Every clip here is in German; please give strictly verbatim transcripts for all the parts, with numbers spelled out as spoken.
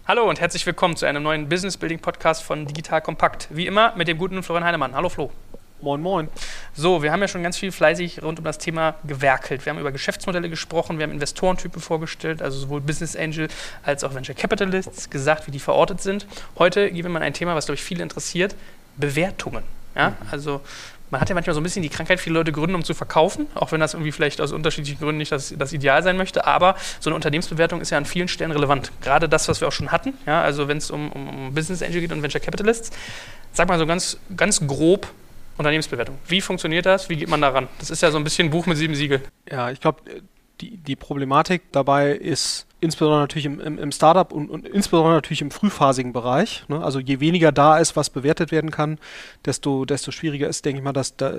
Hallo und herzlich willkommen zu einem neuen Business Building Podcast von Digital Compact. Wie immer mit dem guten Florian Heinemann. Hallo Flo. Moin, moin. So, wir haben ja schon ganz viel fleißig rund um das Thema gewerkelt. Wir haben über Geschäftsmodelle gesprochen, wir haben Investorentypen vorgestellt, also sowohl Business Angel als auch Venture Capitalists, gesagt, wie die verortet sind. Heute gehen wir mal ein Thema, was, glaube ich, viele interessiert, Bewertungen. Ja? Mhm. Also man hat ja manchmal so ein bisschen die Krankheit, viele Leute gründen, um zu verkaufen, auch wenn das irgendwie vielleicht aus unterschiedlichen Gründen nicht das, das Ideal sein möchte. Aber so eine Unternehmensbewertung ist ja an vielen Stellen relevant. Gerade das, was wir auch schon hatten, ja? Also wenn es um, um, um Business Angel geht und Venture Capitalists. Sag mal so ganz, ganz grob, Unternehmensbewertung. Wie funktioniert das? Wie geht man daran? Das ist ja so ein bisschen ein Buch mit sieben Siegeln. Ja, ich glaube, die, die Problematik dabei ist insbesondere natürlich im, im, im Startup und, und insbesondere natürlich im frühphasigen Bereich. Ne? Also je weniger da ist, was bewertet werden kann, desto, desto schwieriger ist, denke ich mal, dass da,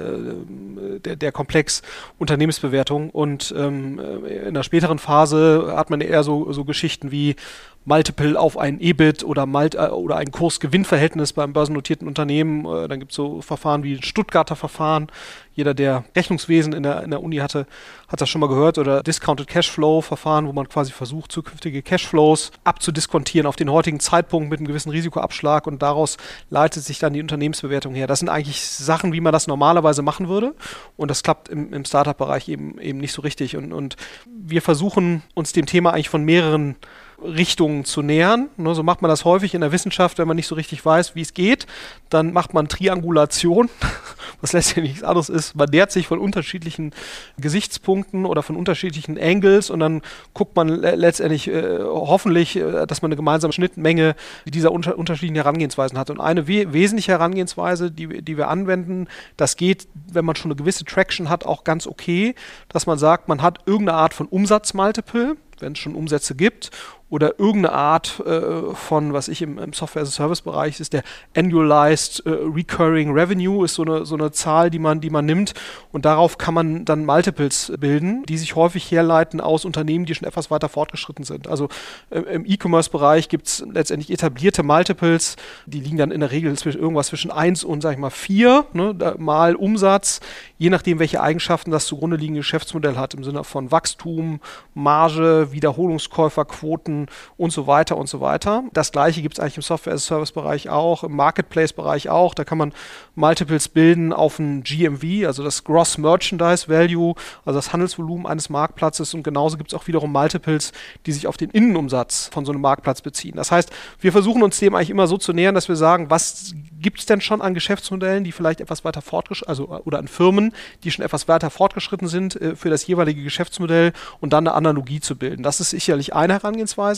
äh, der, der Komplex Unternehmensbewertung. Und ähm, in der späteren Phase hat man eher so, so Geschichten wie Multiple auf ein E B I T oder, Malt- oder ein Kurs-Gewinn-Verhältnis beim börsennotierten Unternehmen. Äh, dann gibt es so Verfahren wie ein Stuttgarter Verfahren. Jeder, der Rechnungswesen in der, in der Uni hatte, hat das schon mal gehört. Oder Discounted Cashflow-Verfahren, wo man quasi versucht, zukünftige Cashflows abzudiskontieren auf den heutigen Zeitpunkt mit einem gewissen Risikoabschlag und daraus leitet sich dann die Unternehmensbewertung her. Das sind eigentlich Sachen, wie man das normalerweise machen würde und das klappt im, im Startup-Bereich eben, eben nicht so richtig und, und wir versuchen uns dem Thema eigentlich von mehreren Richtungen zu nähern. Ne, so macht man das häufig in der Wissenschaft, wenn man nicht so richtig weiß, wie es geht. Dann macht man Triangulation, was letztendlich nichts anderes ist. Man nähert sich von unterschiedlichen Gesichtspunkten oder von unterschiedlichen Angles und dann guckt man le- letztendlich äh, hoffentlich, äh, dass man eine gemeinsame Schnittmenge dieser unter- unterschiedlichen Herangehensweisen hat. Und eine we- wesentliche Herangehensweise, die, die wir anwenden, das geht, wenn man schon eine gewisse Traction hat, auch ganz okay, dass man sagt, man hat irgendeine Art von Umsatzmultiple, wenn es schon Umsätze gibt, oder irgendeine Art äh, von, was ich im, im Software-as-a-Service-Bereich ist, der Annualized äh, Recurring Revenue ist so eine, so eine Zahl, die man, die man nimmt und darauf kann man dann Multiples bilden, die sich häufig herleiten aus Unternehmen, die schon etwas weiter fortgeschritten sind. Also äh, im E-Commerce-Bereich gibt es letztendlich etablierte Multiples, die liegen dann in der Regel zwischen, irgendwas zwischen eins und, sag ich mal, vier, ne, da, mal Umsatz, je nachdem, welche Eigenschaften das zugrunde liegende Geschäftsmodell hat, im Sinne von Wachstum, Marge, Wiederholungskäuferquoten und so weiter und so weiter. Das Gleiche gibt es eigentlich im Software-as-a-Service-Bereich auch, im Marketplace-Bereich auch. Da kann man Multiples bilden auf ein G M V, also das Gross Merchandise Value, also das Handelsvolumen eines Marktplatzes und genauso gibt es auch wiederum Multiples, die sich auf den Innenumsatz von so einem Marktplatz beziehen. Das heißt, wir versuchen uns dem eigentlich immer so zu nähern, dass wir sagen, was gibt es denn schon an Geschäftsmodellen, die vielleicht etwas weiter fortgeschritten, also oder an Firmen, die schon etwas weiter fortgeschritten sind äh, für das jeweilige Geschäftsmodell und dann eine Analogie zu bilden. Das ist sicherlich eine Herangehensweise.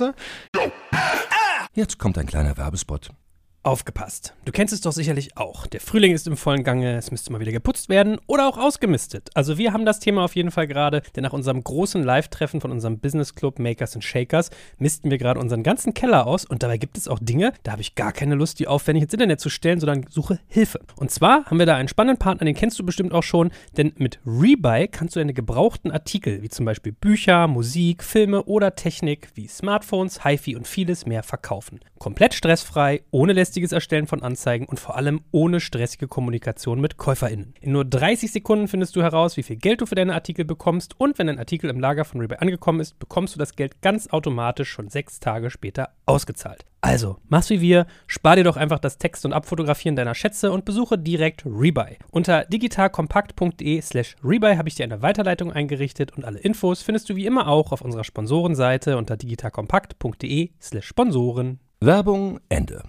Jetzt kommt ein kleiner Werbespot. Aufgepasst. Du kennst es doch sicherlich auch. Der Frühling ist im vollen Gange, es müsste mal wieder geputzt werden oder auch ausgemistet. Also wir haben das Thema auf jeden Fall gerade, denn nach unserem großen Live-Treffen von unserem Business Club Makers and Shakers misten wir gerade unseren ganzen Keller aus und dabei gibt es auch Dinge, da habe ich gar keine Lust, die aufwendig ins Internet zu stellen, sondern suche Hilfe. Und zwar haben wir da einen spannenden Partner, den kennst du bestimmt auch schon, denn mit Rebuy kannst du deine gebrauchten Artikel, wie zum Beispiel Bücher, Musik, Filme oder Technik wie Smartphones, HiFi und vieles mehr verkaufen. Komplett stressfrei, ohne lästiges Erstellen von Anzeigen und vor allem ohne stressige Kommunikation mit KäuferInnen. In nur dreißig Sekunden findest du heraus, wie viel Geld du für deine Artikel bekommst und wenn dein Artikel im Lager von Rebuy angekommen ist, bekommst du das Geld ganz automatisch schon sechs Tage später ausgezahlt. Also, mach's wie wir, spar dir doch einfach das Text- und Abfotografieren deiner Schätze und besuche direkt Rebuy. Unter digitalkompakt.de slash Rebuy habe ich dir eine Weiterleitung eingerichtet und alle Infos findest du wie immer auch auf unserer Sponsorenseite unter digitalkompakt.de slash Sponsoren. Werbung Ende.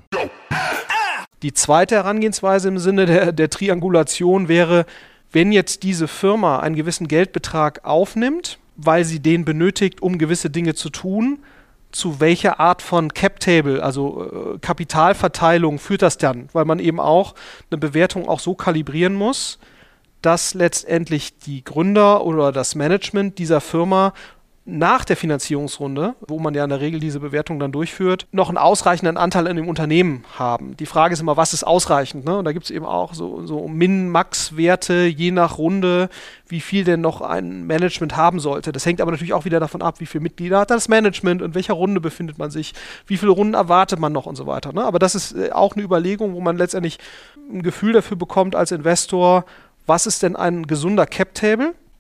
Die zweite Herangehensweise im Sinne der, der Triangulation wäre, wenn jetzt diese Firma einen gewissen Geldbetrag aufnimmt, weil sie den benötigt, um gewisse Dinge zu tun, zu welcher Art von Cap-Table, also äh, Kapitalverteilung führt das dann? Weil man eben auch eine Bewertung auch so kalibrieren muss, dass letztendlich die Gründer oder das Management dieser Firma nach der Finanzierungsrunde, wo man ja in der Regel diese Bewertung dann durchführt, noch einen ausreichenden Anteil in dem Unternehmen haben. Die Frage ist immer, was ist ausreichend? Ne? Und da gibt es eben auch so, so Min-Max-Werte, je nach Runde, wie viel denn noch ein Management haben sollte. Das hängt aber natürlich auch wieder davon ab, wie viele Mitglieder hat das Management, in welcher Runde befindet man sich, wie viele Runden erwartet man noch und so weiter. Ne? Aber das ist äh, auch eine Überlegung, wo man letztendlich ein Gefühl dafür bekommt als Investor, was ist denn ein gesunder Cap-Table?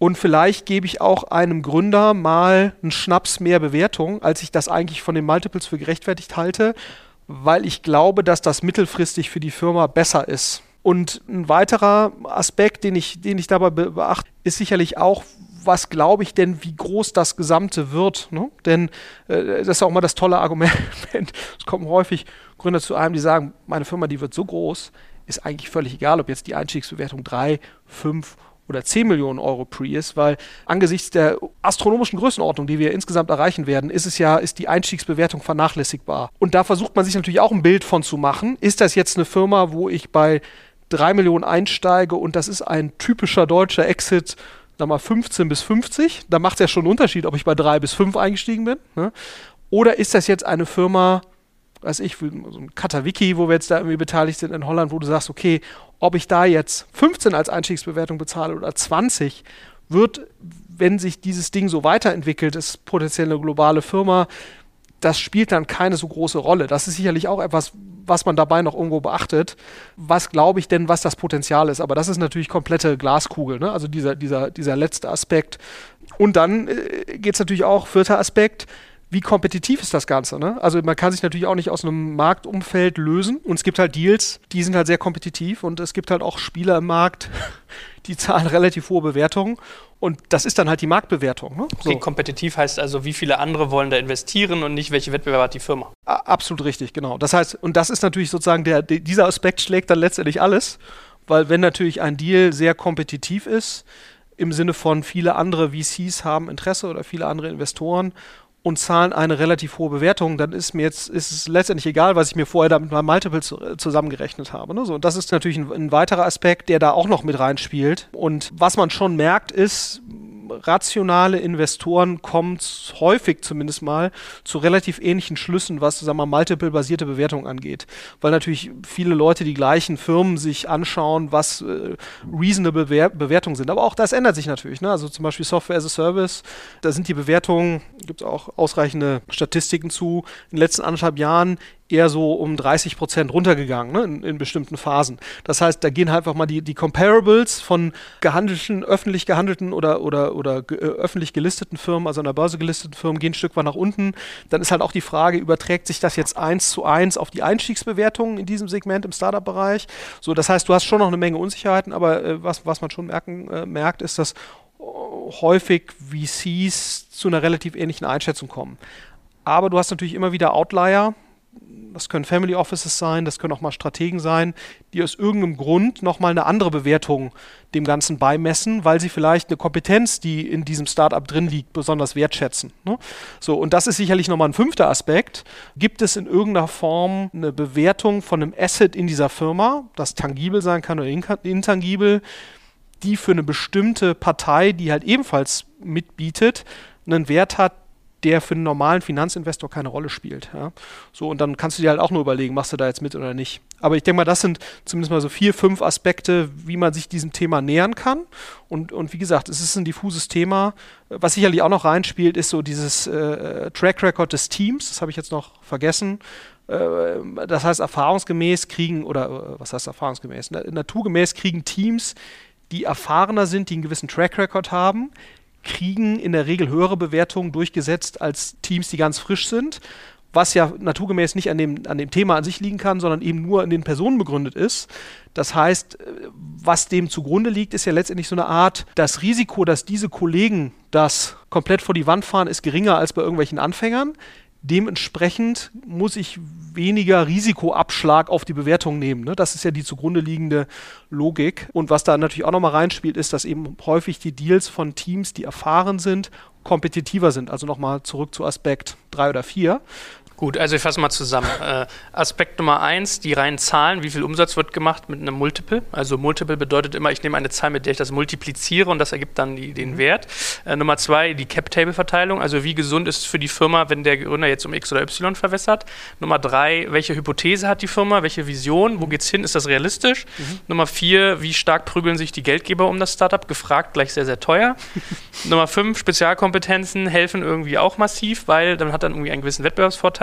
Und vielleicht gebe ich auch einem Gründer mal einen Schnaps mehr Bewertung, als ich das eigentlich von den Multiples für gerechtfertigt halte, weil ich glaube, dass das mittelfristig für die Firma besser ist. Und ein weiterer Aspekt, den ich, den ich dabei be- beachte, ist sicherlich auch, was glaube ich denn, wie groß das Gesamte wird. Ne? Denn äh, das ist auch mal das tolle Argument. Es kommen häufig Gründer zu einem, die sagen, meine Firma, die wird so groß, ist eigentlich völlig egal, ob jetzt die Einstiegsbewertung drei, fünf oder zehn Millionen Euro Pre ist, weil angesichts der astronomischen Größenordnung, die wir insgesamt erreichen werden, ist es ja, ist die Einstiegsbewertung vernachlässigbar. Und da versucht man sich natürlich auch ein Bild von zu machen. Ist das jetzt eine Firma, wo ich bei drei Millionen einsteige und das ist ein typischer deutscher Exit, sag mal fünfzehn bis fünfzig, da macht es ja schon einen Unterschied, ob ich bei drei bis fünf eingestiegen bin. Ne? Oder ist das jetzt eine Firma, weiß ich, so ein Katawiki, wo wir jetzt da irgendwie beteiligt sind in Holland, wo du sagst, okay, ob ich da jetzt fünfzehn als Einstiegsbewertung bezahle oder zwanzig, wird, wenn sich dieses Ding so weiterentwickelt, ist potenziell eine globale Firma, das spielt dann keine so große Rolle. Das ist sicherlich auch etwas, was man dabei noch irgendwo beachtet. Was glaube ich denn, was das Potenzial ist? Aber das ist natürlich komplette Glaskugel, ne? Also dieser, dieser, dieser letzte Aspekt. Und dann äh, geht es natürlich auch, vierter Aspekt, wie kompetitiv ist das Ganze? Ne? Also man kann sich natürlich auch nicht aus einem Marktumfeld lösen. Und es gibt halt Deals, die sind halt sehr kompetitiv. Und es gibt halt auch Spieler im Markt, die zahlen relativ hohe Bewertungen. Und das ist dann halt die Marktbewertung. Ne? Okay, so. Kompetitiv heißt also, wie viele andere wollen da investieren und nicht, welche Wettbewerber hat die Firma. A- absolut richtig, genau. Das heißt, und das ist natürlich sozusagen, der, der, dieser Aspekt schlägt dann letztendlich alles. Weil wenn natürlich ein Deal sehr kompetitiv ist, im Sinne von viele andere V Cs haben Interesse oder viele andere Investoren und zahlen eine relativ hohe Bewertung, dann ist mir jetzt ist es letztendlich egal, was ich mir vorher da mit meinem Multiple zu, äh, zusammengerechnet habe. Ne? So, und das ist natürlich ein, ein weiterer Aspekt, der da auch noch mit reinspielt. Und was man schon merkt, ist, rationale Investoren kommen häufig zumindest mal zu relativ ähnlichen Schlüssen, was, sagen wir mal, Multiple-basierte Bewertung angeht. Weil natürlich viele Leute die gleichen Firmen sich anschauen, was äh, reasonable Bewer- Bewertungen sind. Aber auch das ändert sich natürlich. Ne? Also zum Beispiel Software as a Service, da sind die Bewertungen, gibt es auch ausreichende Statistiken zu, in den letzten anderthalb Jahren eher so um dreißig Prozent runtergegangen, ne, in, in bestimmten Phasen. Das heißt, da gehen halt einfach mal die, die Comparables von gehandelten, öffentlich gehandelten oder, oder, oder ge, äh, öffentlich gelisteten Firmen, also an der Börse gelisteten Firmen, gehen ein Stück weit nach unten. Dann ist halt auch die Frage, überträgt sich das jetzt eins zu eins auf die Einstiegsbewertungen in diesem Segment im Startup-Bereich? So, das heißt, du hast schon noch eine Menge Unsicherheiten, aber äh, was, was man schon merken, äh, merkt, ist, dass äh, häufig V Cs zu einer relativ ähnlichen Einschätzung kommen. Aber du hast natürlich immer wieder Outlier. Das können Family Offices sein, das können auch mal Strategen sein, die aus irgendeinem Grund nochmal eine andere Bewertung dem Ganzen beimessen, weil sie vielleicht eine Kompetenz, die in diesem Startup drin liegt, besonders wertschätzen. Ne? So, und das ist sicherlich nochmal ein fünfter Aspekt. Gibt es in irgendeiner Form eine Bewertung von einem Asset in dieser Firma, das tangibel sein kann oder intangibel, die für eine bestimmte Partei, die halt ebenfalls mitbietet, einen Wert hat, der für einen normalen Finanzinvestor keine Rolle spielt. Ja? So, und dann kannst du dir halt auch nur überlegen, machst du da jetzt mit oder nicht. Aber ich denke mal, das sind zumindest mal so vier, fünf Aspekte, wie man sich diesem Thema nähern kann. Und, und wie gesagt, es ist ein diffuses Thema. Was sicherlich auch noch reinspielt, ist so dieses äh, Track Record des Teams. Das habe ich jetzt noch vergessen. Äh, das heißt, erfahrungsgemäß kriegen, oder äh, was heißt erfahrungsgemäß? Naturgemäß kriegen Teams, die erfahrener sind, die einen gewissen Track Record haben, kriegen in der Regel höhere Bewertungen durchgesetzt als Teams, die ganz frisch sind, was ja naturgemäß nicht an dem, an dem Thema an sich liegen kann, sondern eben nur an den Personen begründet ist. Das heißt, was dem zugrunde liegt, ist ja letztendlich so eine Art, das Risiko, dass diese Kollegen das komplett vor die Wand fahren, ist geringer als bei irgendwelchen Anfängern. Dementsprechend muss ich weniger Risikoabschlag auf die Bewertung nehmen. Ne? Das ist ja die zugrunde liegende Logik. Und was da natürlich auch nochmal reinspielt, ist, dass eben häufig die Deals von Teams, die erfahren sind, kompetitiver sind. Also nochmal zurück zu Aspekt drei oder vier. Gut, also ich fasse mal zusammen. Äh, Aspekt Nummer eins, die reinen Zahlen, wie viel Umsatz wird gemacht mit einem Multiple. Also Multiple bedeutet immer, ich nehme eine Zahl, mit der ich das multipliziere und das ergibt dann die, den mhm. Wert. Äh, Nummer zwei, die Cap-Table-Verteilung, also wie gesund ist es für die Firma, wenn der Gründer jetzt um X oder Y verwässert. Nummer drei, welche Hypothese hat die Firma, welche Vision, wo geht's hin, ist das realistisch? Mhm. Nummer vier, wie stark prügeln sich die Geldgeber um das Startup, gefragt, gleich sehr, sehr teuer. Nummer fünf, Spezialkompetenzen helfen irgendwie auch massiv, weil dann hat dann irgendwie einen gewissen Wettbewerbsvorteil.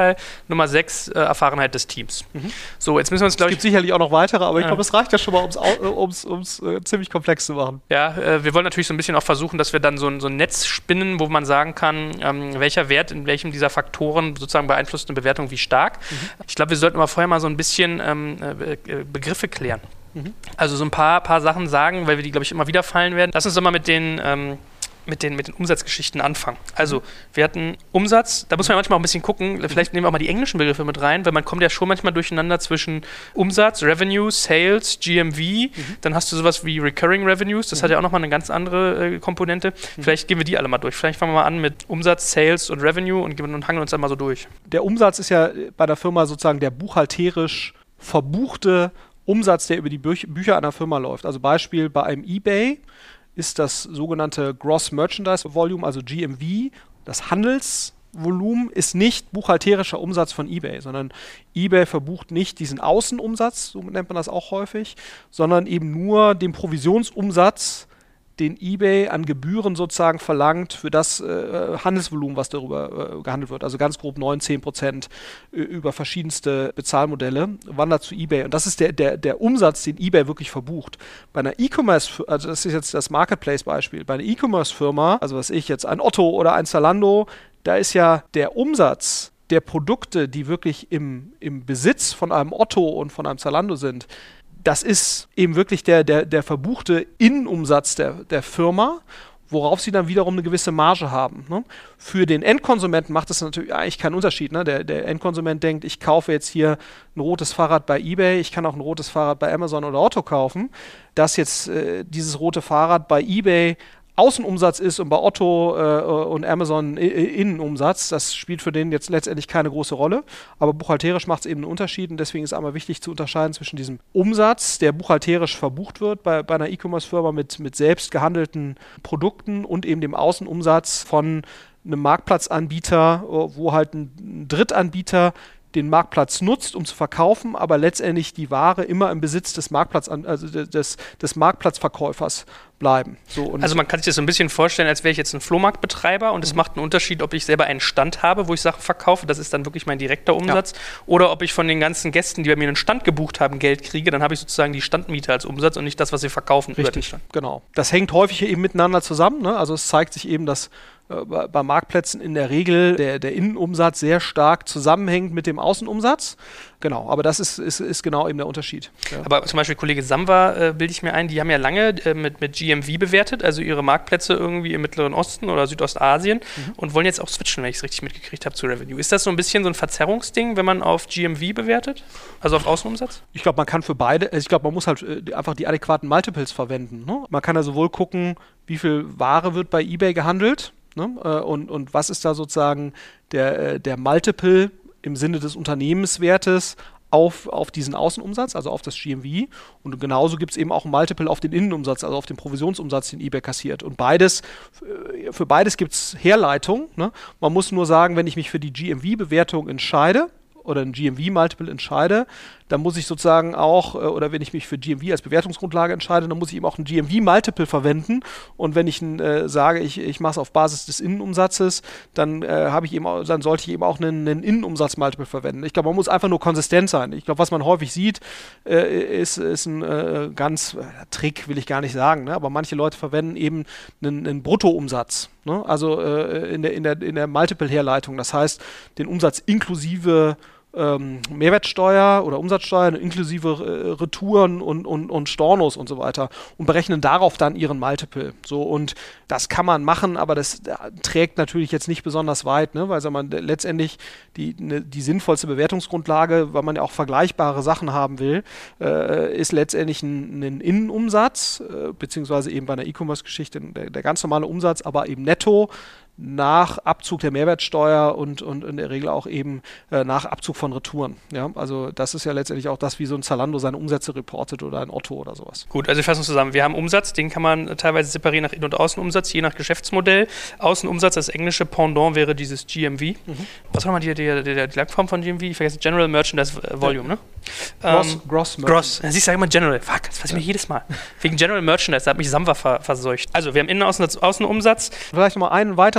Fall. Nummer sechs, äh, Erfahrenheit des Teams. Mhm. So, jetzt müssen wir uns, glaube ich... Es gibt sicherlich auch noch weitere, aber ja. ich glaube, es reicht ja schon mal, um es äh, ziemlich komplex zu machen. Ja, äh, wir wollen natürlich so ein bisschen auch versuchen, dass wir dann so ein, so ein Netz spinnen, wo man sagen kann, ähm, welcher Wert in welchem dieser Faktoren sozusagen beeinflusst eine Bewertung wie stark. Mhm. Ich glaube, wir sollten aber vorher mal so ein bisschen ähm, äh, Begriffe klären. Mhm. Also so ein paar, paar Sachen sagen, weil wir die, glaube ich, immer wieder fallen werden. Lass uns doch mal mit den... Ähm, Mit den, mit den Umsatzgeschichten anfangen. Also, wir hatten Umsatz, da muss man ja manchmal auch ein bisschen gucken, vielleicht nehmen wir auch mal die englischen Begriffe mit rein, weil man kommt ja schon manchmal durcheinander zwischen Umsatz, Revenue, Sales, G M V, mhm. dann hast du sowas wie Recurring Revenues, das mhm. hat ja auch nochmal eine ganz andere äh, Komponente. Mhm. Vielleicht gehen wir die alle mal durch. Vielleicht fangen wir mal an mit Umsatz, Sales und Revenue und, und hangeln uns dann mal so durch. Der Umsatz ist ja bei der Firma sozusagen der buchhalterisch verbuchte Umsatz, der über die Bü- Bücher einer Firma läuft. Also Beispiel bei einem eBay ist das sogenannte Gross Merchandise Volume, also G M V, das Handelsvolumen, ist nicht buchhalterischer Umsatz von eBay, sondern eBay verbucht nicht diesen Außenumsatz, so nennt man das auch häufig, sondern eben nur den Provisionsumsatz, den eBay an Gebühren sozusagen verlangt für das äh, Handelsvolumen, was darüber äh, gehandelt wird. Also ganz grob neun, zehn Prozent äh, über verschiedenste Bezahlmodelle wandert zu eBay. Und das ist der, der, der Umsatz, den eBay wirklich verbucht. Bei einer E-Commerce, also das ist jetzt das Marketplace-Beispiel, bei einer E-Commerce-Firma, also was ich jetzt, ein Otto oder ein Zalando, da ist ja der Umsatz der Produkte, die wirklich im, im Besitz von einem Otto und von einem Zalando sind, das ist eben wirklich der, der, der verbuchte Innenumsatz der, der Firma, worauf sie dann wiederum eine gewisse Marge haben. Ne? Für den Endkonsumenten macht das natürlich eigentlich keinen Unterschied. Ne? Der, der Endkonsument denkt, ich kaufe jetzt hier ein rotes Fahrrad bei eBay, ich kann auch ein rotes Fahrrad bei Amazon oder Otto kaufen. Dass jetzt äh, dieses rote Fahrrad bei eBay Außenumsatz ist und bei Otto äh, und Amazon I- Innenumsatz, das spielt für den jetzt letztendlich keine große Rolle, aber buchhalterisch macht es eben einen Unterschied und deswegen ist einmal wichtig zu unterscheiden zwischen diesem Umsatz, der buchhalterisch verbucht wird bei, bei einer E-Commerce-Firma mit, mit selbst gehandelten Produkten und eben dem Außenumsatz von einem Marktplatzanbieter, wo halt ein Drittanbieter den Marktplatz nutzt, um zu verkaufen, aber letztendlich die Ware immer im Besitz des Marktplatz, also des, des Marktplatzverkäufers bleiben. So, und also man kann sich das so ein bisschen vorstellen, als wäre ich jetzt ein Flohmarktbetreiber und es mhm. macht einen Unterschied, ob ich selber einen Stand habe, wo ich Sachen verkaufe, das ist dann wirklich mein direkter Umsatz, ja. oder ob ich von den ganzen Gästen, die bei mir einen Stand gebucht haben, Geld kriege, dann habe ich sozusagen die Standmiete als Umsatz und nicht das, was sie verkaufen. Richtig, genau. Das hängt häufig eben miteinander zusammen, ne? Also es zeigt sich eben, dass bei Marktplätzen in der Regel der, der Innenumsatz sehr stark zusammenhängt mit dem Außenumsatz. Genau, aber das ist, ist, ist genau eben der Unterschied. Ja. Aber zum Beispiel Kollege Samba, äh, bilde ich mir ein, die haben ja lange äh, mit, mit G M V bewertet, also ihre Marktplätze irgendwie im Mittleren Osten oder Südostasien mhm. und wollen jetzt auch switchen, wenn ich es richtig mitgekriegt habe, zu Revenue. Ist das so ein bisschen so ein Verzerrungsding, wenn man auf G M V bewertet? Also auf Außenumsatz? Ich glaube, man kann für beide, also ich glaube, man muss halt äh, einfach die adäquaten Multiples verwenden. Ne? Man kann ja sowohl gucken, wie viel Ware wird bei eBay gehandelt, ne? äh, und, und was ist da sozusagen der, äh, der Multiple im Sinne des Unternehmenswertes auf, auf diesen Außenumsatz, also auf das G M V. Und genauso gibt es eben auch ein Multiple auf den Innenumsatz, also auf den Provisionsumsatz, den eBay kassiert. Und beides, für beides gibt es Herleitung. Ne? Man muss nur sagen, wenn ich mich für die G M V-Bewertung entscheide, oder ein G M V-Multiple entscheide, dann muss ich sozusagen auch, oder wenn ich mich für G M V als Bewertungsgrundlage entscheide, dann muss ich eben auch ein G M V-Multiple verwenden. Und wenn ich äh, sage, ich, ich mache es auf Basis des Innenumsatzes, dann äh, habe ich eben, dann sollte ich eben auch einen, einen Innenumsatz-Multiple verwenden. Ich glaube, man muss einfach nur konsistent sein. Ich glaube, was man häufig sieht, äh, ist, ist ein äh, ganz äh, Trick, will ich gar nicht sagen, ne? Aber manche Leute verwenden eben einen, einen Bruttoumsatz. Ne? Also äh, in der, in der, in der Multiple-Herleitung. Das heißt, den Umsatz inklusive Ähm, Mehrwertsteuer oder Umsatzsteuer inklusive äh, Retouren und, und, und Stornos und so weiter und berechnen darauf dann ihren Multiple. So, und das kann man machen, aber das äh, trägt natürlich jetzt nicht besonders weit, ne? Weil man letztendlich die, ne, die sinnvollste Bewertungsgrundlage, weil man ja auch vergleichbare Sachen haben will, äh, ist letztendlich ein, ein Innenumsatz, äh, beziehungsweise eben bei einer E-Commerce-Geschichte der, der ganz normale Umsatz, aber eben netto nach Abzug der Mehrwertsteuer und, und in der Regel auch eben äh, nach Abzug von Retouren. Ja? Also das ist ja letztendlich auch das, wie so ein Zalando seine Umsätze reportet oder ein Otto oder sowas. Gut, also wir fassen zusammen. Wir haben Umsatz, den kann man teilweise separieren nach Innen- und Außenumsatz, je nach Geschäftsmodell. Außenumsatz, das englische Pendant wäre dieses G M V. Mhm. Was war mal die, die, die, die Langform von G M V? Ich vergesse, General Merchandise Volume, ne? Gross, ähm, Gross Gross. Ja, siehst du, sag immer General. Fuck, das weiß ich ja. mir jedes Mal. Wegen General Merchandise, da hat mich Samba ver- verseucht. Also wir haben Innen- und Außenumsatz. Vielleicht nochmal einen weiteren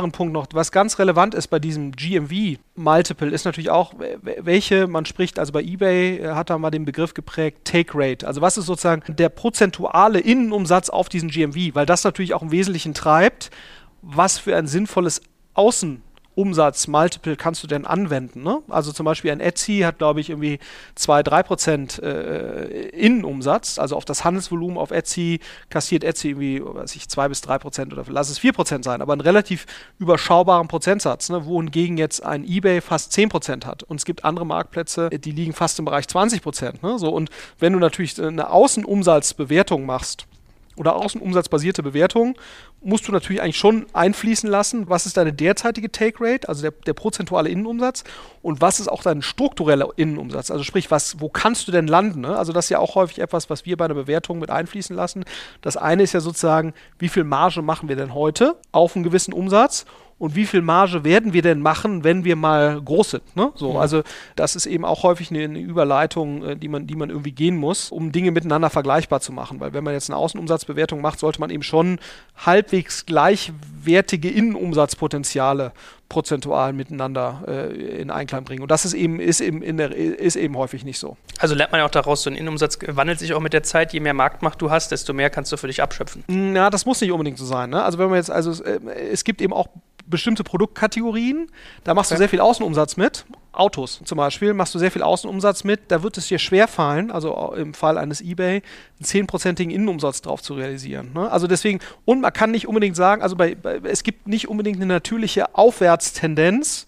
anderen Punkt noch, was ganz relevant ist bei diesem G M V-Multiple, ist natürlich auch, welche, man spricht, also bei eBay hat er mal den Begriff geprägt, Take Rate. Also was ist sozusagen der prozentuale Innenumsatz auf diesen G M V, weil das natürlich auch im Wesentlichen treibt, was für ein sinnvolles Außen Umsatz-Multiple kannst du denn anwenden? Ne? Also zum Beispiel ein Etsy hat, glaube ich, irgendwie zwei bis drei Prozent äh, Innenumsatz, also auf das Handelsvolumen auf Etsy kassiert Etsy irgendwie, weiß ich, zwei bis drei Prozent oder lass es vier Prozent sein, aber einen relativ überschaubaren Prozentsatz, ne? Wohingegen jetzt ein eBay fast zehn Prozent hat. Und es gibt andere Marktplätze, die liegen fast im Bereich zwanzig Prozent. Ne? So, und wenn du natürlich eine Außenumsatzbewertung machst, oder außenumsatzbasierte Bewertung, musst du natürlich eigentlich schon einfließen lassen, was ist deine derzeitige Take Rate, also der, der prozentuale Innenumsatz, und was ist auch dein struktureller Innenumsatz, also sprich, was, wo kannst du denn landen? Ne? Also das ist ja auch häufig etwas, was wir bei einer Bewertung mit einfließen lassen. Das eine ist ja sozusagen, wie viel Marge machen wir denn heute auf einen gewissen Umsatz? Und wie viel Marge werden wir denn machen, wenn wir mal groß sind? Ne? So, ja. Also das ist eben auch häufig eine, eine Überleitung, die man, die man irgendwie gehen muss, um Dinge miteinander vergleichbar zu machen. Weil wenn man jetzt eine Außenumsatzbewertung macht, sollte man eben schon halbwegs gleichwertige Innenumsatzpotenziale prozentual miteinander äh, in Einklang bringen. Und das ist eben, ist, eben in der, ist eben häufig nicht so. Also lernt man ja auch daraus, so ein Innenumsatz wandelt sich auch mit der Zeit. Je mehr Marktmacht du hast, desto mehr kannst du für dich abschöpfen. Na, das muss nicht unbedingt so sein. Ne? Also wenn man jetzt, also äh, es gibt eben auch bestimmte Produktkategorien, da machst du sehr viel Außenumsatz mit. Autos zum Beispiel, machst du sehr viel Außenumsatz mit, da wird es dir schwerfallen, also im Fall eines eBay, einen zehnprozentigen Innenumsatz drauf zu realisieren. Ne? Also deswegen, und man kann nicht unbedingt sagen, also bei, bei, es gibt nicht unbedingt eine natürliche Aufwärtstendenz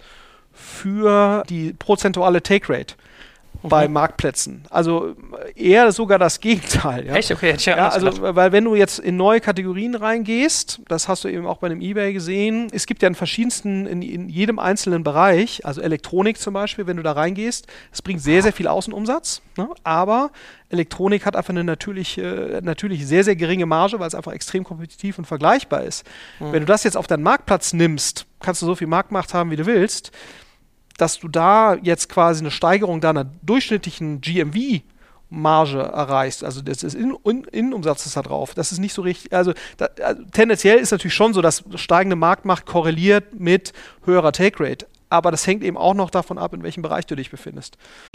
für die prozentuale Take Rate. Bei mhm. Marktplätzen. Also eher sogar das Gegenteil. Ja? Echt? Okay, hätte ich ja, ja also, gedacht. Weil wenn du jetzt in neue Kategorien reingehst, das hast du eben auch bei einem eBay gesehen, es gibt ja in verschiedensten, in, in jedem einzelnen Bereich, also Elektronik zum Beispiel, wenn du da reingehst, es bringt sehr, sehr viel Außenumsatz, ne? Aber Elektronik hat einfach eine natürlich, äh, natürlich sehr, sehr geringe Marge, weil es einfach extrem kompetitiv und vergleichbar ist. Mhm. Wenn du das jetzt auf deinen Marktplatz nimmst, kannst du so viel Marktmacht haben, wie du willst, dass du da jetzt quasi eine Steigerung deiner durchschnittlichen G M V-Marge erreichst, also das ist in, in, Innenumsatz ist da drauf, das ist nicht so richtig, also, da, also tendenziell ist natürlich schon so, dass steigende Marktmacht korreliert mit höherer Take-Rate, aber das hängt eben auch noch davon ab, in welchem Bereich du dich befindest.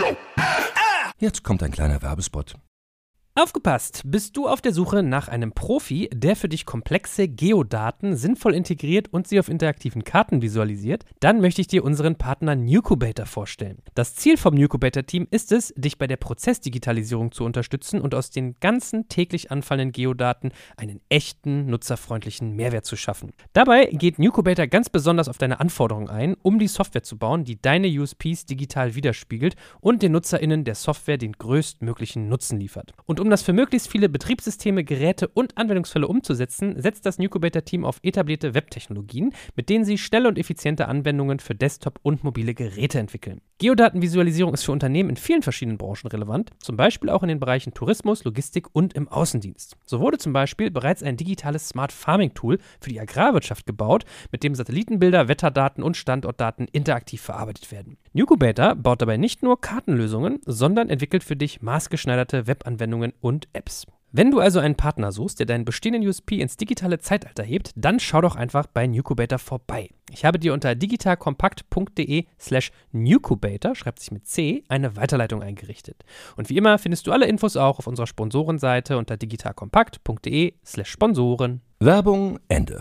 Jetzt kommt ein kleiner Werbespot. Aufgepasst! Bist du auf der Suche nach einem Profi, der für dich komplexe Geodaten sinnvoll integriert und sie auf interaktiven Karten visualisiert? Dann möchte ich dir unseren Partner Nucubator vorstellen. Das Ziel vom Nucubator-Team ist es, dich bei der Prozessdigitalisierung zu unterstützen und aus den ganzen täglich anfallenden Geodaten einen echten, nutzerfreundlichen Mehrwert zu schaffen. Dabei geht Nucubator ganz besonders auf deine Anforderungen ein, um die Software zu bauen, die deine U S Ps digital widerspiegelt und den NutzerInnen der Software den größtmöglichen Nutzen liefert. Und um Um das für möglichst viele Betriebssysteme, Geräte und Anwendungsfälle umzusetzen, setzt das Nucubator-Team auf etablierte Webtechnologien, mit denen sie schnelle und effiziente Anwendungen für Desktop- und mobile Geräte entwickeln. Geodatenvisualisierung ist für Unternehmen in vielen verschiedenen Branchen relevant, zum Beispiel auch in den Bereichen Tourismus, Logistik und im Außendienst. So wurde zum Beispiel bereits ein digitales Smart Farming-Tool für die Agrarwirtschaft gebaut, mit dem Satellitenbilder, Wetterdaten und Standortdaten interaktiv verarbeitet werden. Nucubator baut dabei nicht nur Kartenlösungen, sondern entwickelt für dich maßgeschneiderte Webanwendungen und Apps. Wenn du also einen Partner suchst, der deinen bestehenden U S P ins digitale Zeitalter hebt, dann schau doch einfach bei Nucubator vorbei. Ich habe dir unter digitalkompakt.de slash Nucubator, schreibt sich mit C, eine Weiterleitung eingerichtet. Und wie immer findest du alle Infos auch auf unserer Sponsorenseite unter digitalkompakt.de slash Sponsoren. Werbung Ende.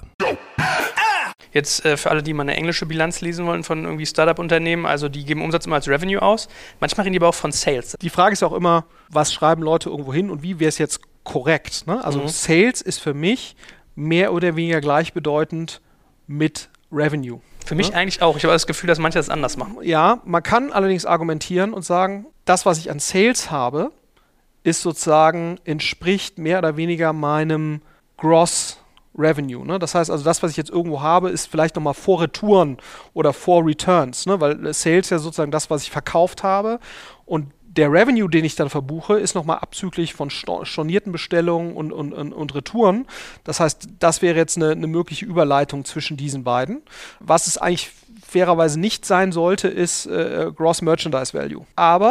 Jetzt äh, für alle, die mal eine englische Bilanz lesen wollen von irgendwie Startup-Unternehmen, also die geben Umsatz immer als Revenue aus. Manchmal reden die aber auch von Sales. Die Frage ist auch immer, was schreiben Leute irgendwo hin und wie wäre es jetzt korrekt? Ne? Also mhm. Sales ist für mich mehr oder weniger gleichbedeutend mit Revenue. Für mich ne? eigentlich auch. Ich habe das Gefühl, dass manche das anders machen. Ja, man kann allerdings argumentieren und sagen, das, was ich an Sales habe, ist sozusagen, entspricht mehr oder weniger meinem Gross Revenue. Ne? Das heißt also, das, was ich jetzt irgendwo habe, ist vielleicht nochmal vor Retouren oder vor Returns, ne? Weil Sales ja sozusagen das, was ich verkauft habe, und der Revenue, den ich dann verbuche, ist nochmal abzüglich von stornierten Bestellungen und, und, und, und Retouren. Das heißt, das wäre jetzt eine, eine mögliche Überleitung zwischen diesen beiden. Was es eigentlich fairerweise nicht sein sollte, ist äh, Gross Merchandise Value. Aber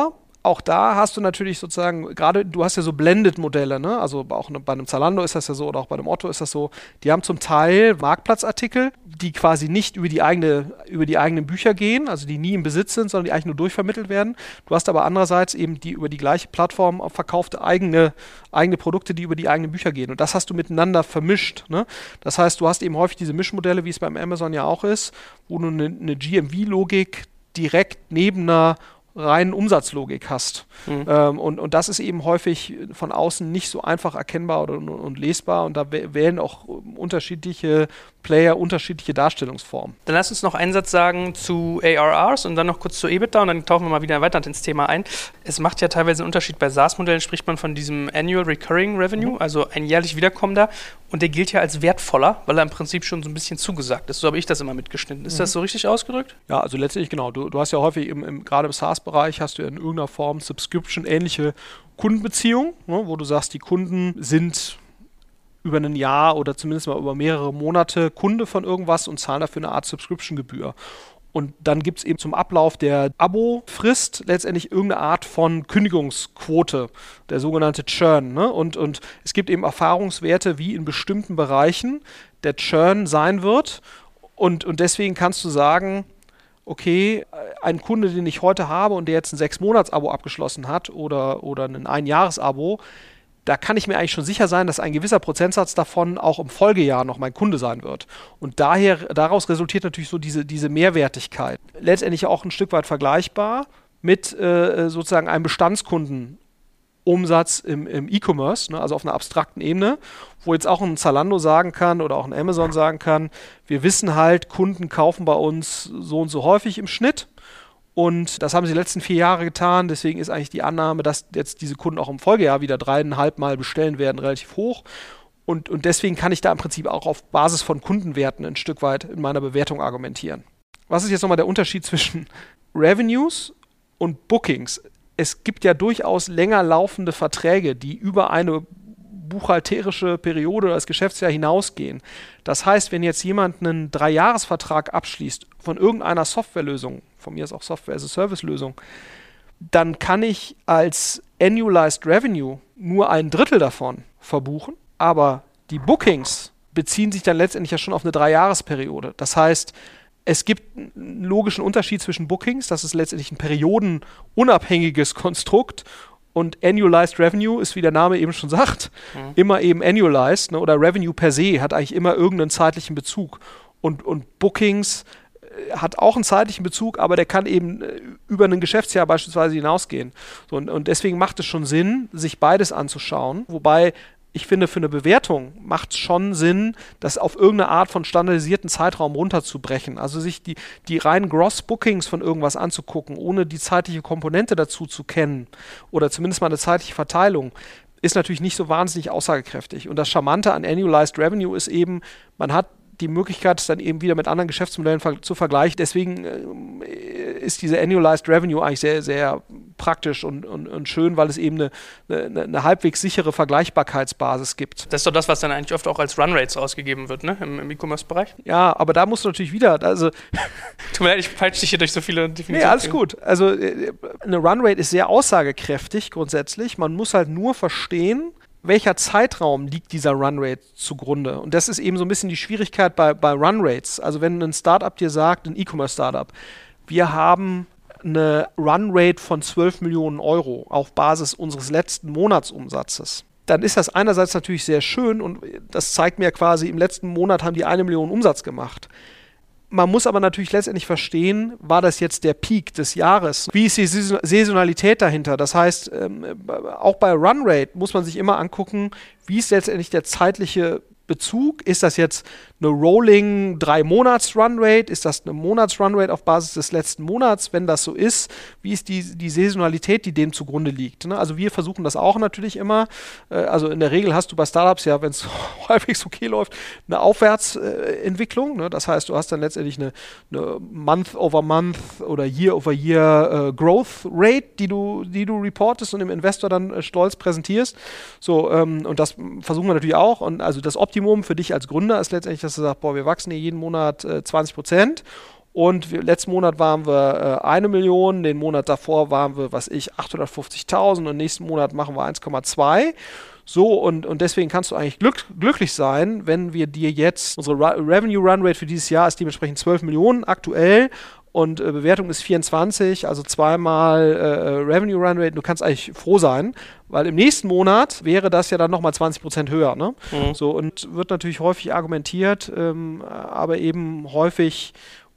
auch da hast du natürlich sozusagen, gerade du hast ja so Blended-Modelle, ne? Also auch bei einem Zalando ist das ja so oder auch bei einem Otto ist das so, die haben zum Teil Marktplatzartikel, die quasi nicht über die eigene, über die eigenen Bücher gehen, also die nie im Besitz sind, sondern die eigentlich nur durchvermittelt werden. Du hast aber andererseits eben die über die gleiche Plattform verkaufte eigene, eigene Produkte, die über die eigenen Bücher gehen. Und das hast du miteinander vermischt, ne? Das heißt, du hast eben häufig diese Mischmodelle, wie es beim Amazon ja auch ist, wo du eine, eine G M V-Logik direkt neben einer reinen Umsatzlogik hast. Mhm. Ähm, und, und das ist eben häufig von außen nicht so einfach erkennbar oder, und, und lesbar und da wählen auch unterschiedliche Player unterschiedliche Darstellungsformen. Dann lass uns noch einen Satz sagen zu A R Rs und dann noch kurz zu EBITDA und dann tauchen wir mal wieder weiter ins Thema ein. Es macht ja teilweise einen Unterschied. Bei SaaS-Modellen spricht man von diesem Annual Recurring Revenue, mhm. also ein jährlich wiederkommender und der gilt ja als wertvoller, weil er im Prinzip schon so ein bisschen zugesagt ist. So habe ich das immer mitgeschnitten. Ist mhm. das so richtig ausgedrückt? Ja, also letztendlich genau. Du, du hast ja häufig im, im, gerade im SaaS-Bereich hast du ja in irgendeiner Form Subscription-ähnliche Kundenbeziehungen, ne, wo du sagst, die Kunden sind über ein Jahr oder zumindest mal über mehrere Monate Kunde von irgendwas und zahlen dafür eine Art Subscription-Gebühr. Und dann gibt es eben zum Ablauf der Abo-Frist letztendlich irgendeine Art von Kündigungsquote, der sogenannte Churn. Ne? Und, und es gibt eben Erfahrungswerte, wie in bestimmten Bereichen der Churn sein wird. Und, und deswegen kannst du sagen, okay, ein Kunde, den ich heute habe und der jetzt ein sechs-Monats-Abo abgeschlossen hat oder, oder ein Ein-Jahres-Abo, da kann ich mir eigentlich schon sicher sein, dass ein gewisser Prozentsatz davon auch im Folgejahr noch mein Kunde sein wird. Und daher, daraus resultiert natürlich so diese, diese Mehrwertigkeit. Letztendlich auch ein Stück weit vergleichbar mit äh, sozusagen einem Bestandskundenumsatz im, im E-Commerce, ne, also auf einer abstrakten Ebene, wo jetzt auch ein Zalando sagen kann oder auch ein Amazon sagen kann, wir wissen halt, Kunden kaufen bei uns so und so häufig im Schnitt. Und das haben sie die letzten vier Jahre getan. Deswegen ist eigentlich die Annahme, dass jetzt diese Kunden auch im Folgejahr wieder dreieinhalb Mal bestellen werden, relativ hoch. Und, und deswegen kann ich da im Prinzip auch auf Basis von Kundenwerten ein Stück weit in meiner Bewertung argumentieren. Was ist jetzt nochmal der Unterschied zwischen Revenues und Bookings? Es gibt ja durchaus länger laufende Verträge, die über eine buchhalterische Periode oder das Geschäftsjahr hinausgehen. Das heißt, wenn jetzt jemand einen Dreijahresvertrag abschließt von irgendeiner Softwarelösung, von mir ist auch Software-as-a-Service-Lösung, dann kann ich als Annualized Revenue nur ein Drittel davon verbuchen, aber die Bookings beziehen sich dann letztendlich ja schon auf eine Dreijahresperiode. Das heißt, es gibt einen logischen Unterschied zwischen Bookings, das ist letztendlich ein periodenunabhängiges Konstrukt, und Annualized Revenue ist, wie der Name eben schon sagt, mhm. immer eben annualized, ne, oder Revenue per se hat eigentlich immer irgendeinen zeitlichen Bezug. Und, und Bookings äh, hat auch einen zeitlichen Bezug, aber der kann eben äh, über ein Geschäftsjahr beispielsweise hinausgehen. So, und, und deswegen macht es schon Sinn, sich beides anzuschauen, wobei ich finde, für eine Bewertung macht es schon Sinn, das auf irgendeine Art von standardisierten Zeitraum runterzubrechen. Also sich die, die reinen Gross-Bookings von irgendwas anzugucken, ohne die zeitliche Komponente dazu zu kennen oder zumindest mal eine zeitliche Verteilung, ist natürlich nicht so wahnsinnig aussagekräftig. Und das Charmante an Annualized Revenue ist eben, man hat die Möglichkeit, es dann eben wieder mit anderen Geschäftsmodellen ver- zu vergleichen. Deswegen äh, ist diese Annualized Revenue eigentlich sehr, sehr praktisch und, und, und schön, weil es eben eine, eine, eine halbwegs sichere Vergleichbarkeitsbasis gibt. Das ist doch das, was dann eigentlich oft auch als Runrates ausgegeben wird, ne? Im, im E-Commerce-Bereich. Ja, aber da musst du natürlich wieder, also tut mir leid, ich peitsche dich hier durch so viele Definitionen. Nee, alles gut. Also eine Runrate ist sehr aussagekräftig grundsätzlich. Man muss halt nur verstehen, welcher Zeitraum liegt dieser Runrate zugrunde? Und das ist eben so ein bisschen die Schwierigkeit bei, bei Runrates. Also wenn ein Startup dir sagt, ein E-Commerce-Startup, wir haben eine Runrate von zwölf Millionen Euro auf Basis unseres letzten Monatsumsatzes, dann ist das einerseits natürlich sehr schön und das zeigt mir quasi, im letzten Monat haben die eine Million Umsatz gemacht. Man muss aber natürlich letztendlich verstehen, war das jetzt der Peak des Jahres? Wie ist die Saisonalität dahinter? Das heißt, ähm, auch bei Runrate muss man sich immer angucken, wie ist letztendlich der zeitliche Bezug? Ist das jetzt eine Rolling drei-Monats-Runrate? Ist das eine Monats-Runrate auf Basis des letzten Monats? Wenn das so ist, wie ist die, die Saisonalität, die dem zugrunde liegt? Ne? Also wir versuchen das auch natürlich immer. Äh, also in der Regel hast du bei Startups ja, wenn es halbwegs okay läuft, eine Aufwärtsentwicklung. Äh, ne? Das heißt, du hast dann letztendlich eine, eine Month-over-Month oder Year-over-Year äh, Growth-Rate, die du, die du reportest und dem Investor dann äh, stolz präsentierst. So, ähm, und das versuchen wir natürlich auch. Und also das Optimum für dich als Gründer ist letztendlich, dass du sagst, boah, wir wachsen hier jeden Monat äh, zwanzig Prozent Und wir, letzten Monat waren wir äh, eine Million, den Monat davor waren wir, was ich, achthundertfünfzigtausend und nächsten Monat machen wir eins Komma zwei. So, und, und deswegen kannst du eigentlich glück, glücklich sein, wenn wir dir jetzt, unsere Ra- Revenue Run Rate für dieses Jahr ist dementsprechend zwölf Millionen aktuell und äh, Bewertung ist vierundzwanzig, also zweimal äh, Revenue Run Rate. Du kannst eigentlich froh sein, weil im nächsten Monat wäre das ja dann nochmal zwanzig Prozent höher. Ne? Mhm. So, und wird natürlich häufig argumentiert, ähm, aber eben häufig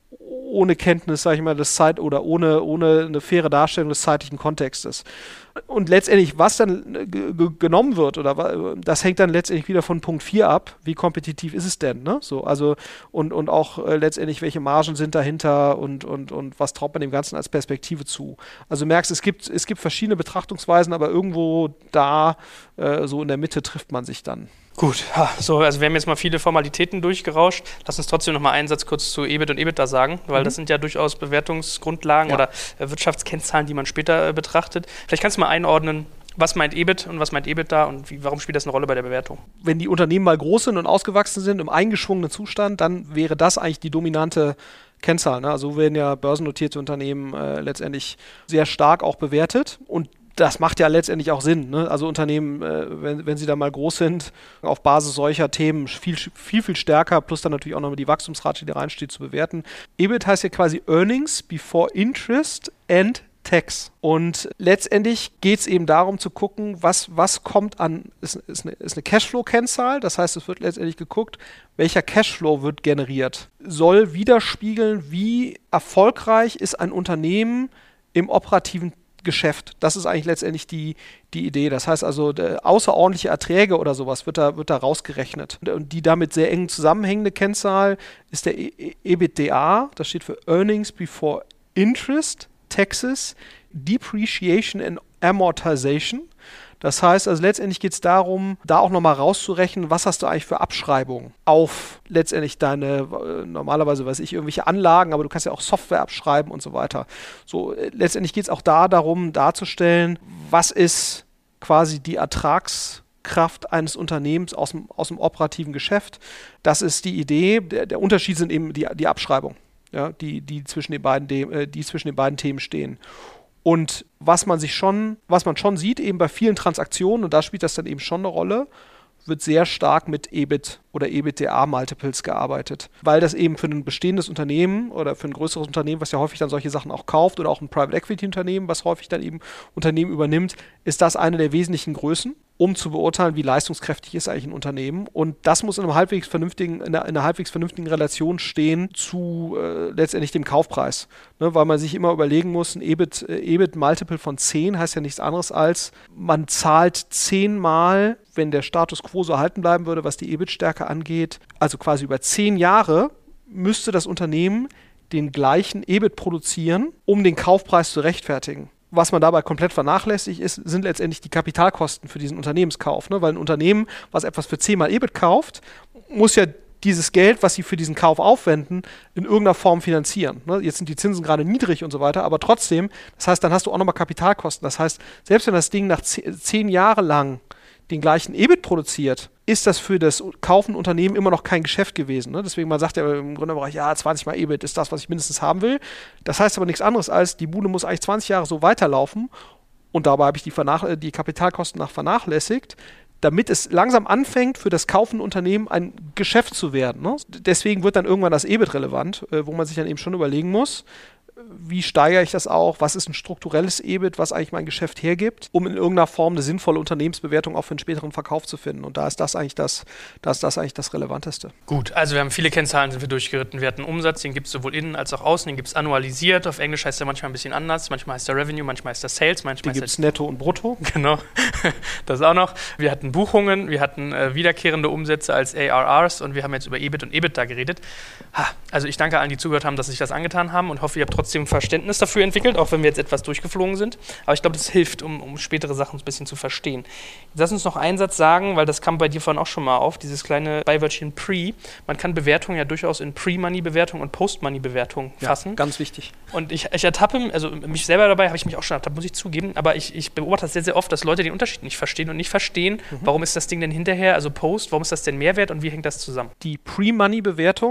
ohne Kenntnis, sage ich mal, des Zeit- oder ohne, ohne eine faire Darstellung des zeitlichen Kontextes. Und letztendlich, was dann g- g- genommen wird, oder wa- das hängt dann letztendlich wieder von Punkt vier ab, wie kompetitiv ist es denn, ne? So, also, und, und auch äh, letztendlich, welche Margen sind dahinter und, und, und was traut man dem Ganzen als Perspektive zu. Also du merkst, es gibt, es gibt verschiedene Betrachtungsweisen, aber irgendwo da, äh, so in der Mitte trifft man sich dann. Gut, ha, so, also wir haben jetzt mal viele Formalitäten durchgerauscht. Lass uns trotzdem noch mal einen Satz kurz zu E B I T und EBITDA sagen, weil mhm. das sind ja durchaus Bewertungsgrundlagen ja. oder äh, Wirtschaftskennzahlen, die man später äh, betrachtet. Vielleicht kannst du mal einordnen, was meint E B I T und was meint EBITDA und wie, warum spielt das eine Rolle bei der Bewertung? Wenn die Unternehmen mal groß sind und ausgewachsen sind, im eingeschwungenen Zustand, dann wäre das eigentlich die dominante Kennzahl. Ne? Also werden ja börsennotierte Unternehmen äh, letztendlich sehr stark auch bewertet und das macht ja letztendlich auch Sinn. Ne? Also Unternehmen, äh, wenn, wenn sie da mal groß sind, auf Basis solcher Themen viel, viel, viel stärker, plus dann natürlich auch noch die Wachstumsrate, die da reinsteht, zu bewerten. E B I T heißt ja quasi Earnings Before Interest and Tax. Und letztendlich geht es eben darum zu gucken, was, was kommt an, ist, ist eine, ist eine Cashflow-Kennzahl, das heißt, es wird letztendlich geguckt, welcher Cashflow wird generiert. Soll widerspiegeln, wie erfolgreich ist ein Unternehmen im operativen Geschäft. Das ist eigentlich letztendlich die, die Idee. Das heißt also, außerordentliche Erträge oder sowas wird da, wird da rausgerechnet. Und die damit sehr eng zusammenhängende Kennzahl ist der e- EBITDA. Das steht für Earnings Before Interest, Taxes, Depreciation and Amortization. Das heißt also, letztendlich geht es darum, da auch nochmal rauszurechnen, was hast du eigentlich für Abschreibungen auf letztendlich deine, äh, normalerweise weiß ich, irgendwelche Anlagen, aber du kannst ja auch Software abschreiben und so weiter. So, äh, letztendlich geht es auch da darum, darzustellen, was ist quasi die Ertragskraft eines Unternehmens aus dem, aus dem operativen Geschäft. Das ist die Idee. Der, der Unterschied sind eben die, die Abschreibung, ja, die, die, zwischen den beiden, äh, die zwischen den beiden Themen stehen. Und was man sich schon, was man schon sieht, eben bei vielen Transaktionen, und da spielt das dann eben schon eine Rolle, wird sehr stark mit E B I T oder EBITDA-Multiples gearbeitet, weil das eben für ein bestehendes Unternehmen oder für ein größeres Unternehmen, was ja häufig dann solche Sachen auch kauft, oder auch ein Private-Equity-Unternehmen, was häufig dann eben Unternehmen übernimmt, ist das eine der wesentlichen Größen, um zu beurteilen, wie leistungskräftig ist eigentlich ein Unternehmen. Und das muss in einem halbwegs vernünftigen, in einer, in einer halbwegs vernünftigen Relation stehen zu äh, letztendlich dem Kaufpreis. Ne, weil man sich immer überlegen muss, ein E B I T, äh, E B I T-Multiple von zehn heißt ja nichts anderes als, man zahlt zehnmal, wenn der Status quo so erhalten bleiben würde, was die E B I T-Stärke angeht, also quasi über zehn Jahre müsste das Unternehmen den gleichen E B I T produzieren, um den Kaufpreis zu rechtfertigen. Was man dabei komplett vernachlässigt, ist, sind letztendlich die Kapitalkosten für diesen Unternehmenskauf. Ne? Weil ein Unternehmen, was etwas für zehnmal E B I T kauft, muss ja dieses Geld, was sie für diesen Kauf aufwenden, in irgendeiner Form finanzieren. Ne? Jetzt sind die Zinsen gerade niedrig und so weiter, aber trotzdem, das heißt, dann hast du auch nochmal Kapitalkosten. Das heißt, selbst wenn das Ding nach zehn, zehn Jahre lang den gleichen E B I T produziert, ist das für das kaufende Unternehmen immer noch kein Geschäft gewesen. Ne? Deswegen, man sagt ja im Gründerbereich, ja, zwanzig mal E B I T ist das, was ich mindestens haben will. Das heißt aber nichts anderes als, die Bude muss eigentlich zwanzig Jahre so weiterlaufen und dabei habe ich die, Vernach- die Kapitalkosten nach vernachlässigt, damit es langsam anfängt, für das kaufende Unternehmen ein Geschäft zu werden. Ne? Deswegen wird dann irgendwann das E B I T relevant, äh, wo man sich dann eben schon überlegen muss, wie steigere ich das auch, was ist ein strukturelles E B I T, was eigentlich mein Geschäft hergibt, um in irgendeiner Form eine sinnvolle Unternehmensbewertung auch für einen späteren Verkauf zu finden. Und da ist das eigentlich das, da ist das eigentlich das Relevanteste. Gut, also wir haben viele Kennzahlen, sind wir durchgeritten. Wir hatten Umsatz, den gibt es sowohl innen als auch außen, den gibt es annualisiert. Auf Englisch heißt der manchmal ein bisschen anders. Manchmal heißt der Revenue, manchmal heißt der Sales, manchmal die gibt es Netto und Brutto. Genau, das auch noch. Wir hatten Buchungen, wir hatten äh, wiederkehrende Umsätze als A R Rs und wir haben jetzt über E B I T und EBITDA geredet. Ha, also ich danke allen, die zugehört haben, dass sie sich das angetan haben und hoffe, ihr habt trotzdem Verständnis dafür entwickelt, auch wenn wir jetzt etwas durchgeflogen sind. Aber ich glaube, das hilft, um, um spätere Sachen ein bisschen zu verstehen. Jetzt lass uns noch einen Satz sagen, weil das kam bei dir vorhin auch schon mal auf, dieses kleine Beiwörtchen Pre. Man kann Bewertungen ja durchaus in Pre-Money-Bewertung und Post-Money-Bewertung ja, fassen. Ganz wichtig. Und ich, ich ertappe, also mich selber dabei habe ich mich auch schon ertappt, muss ich zugeben, aber ich, ich beobachte das sehr, sehr oft, dass Leute den Unterschied nicht verstehen und nicht verstehen, mhm. warum ist das Ding denn hinterher, also Post, warum ist das denn Mehrwert und wie hängt das zusammen? Die Pre-Money-Bewertung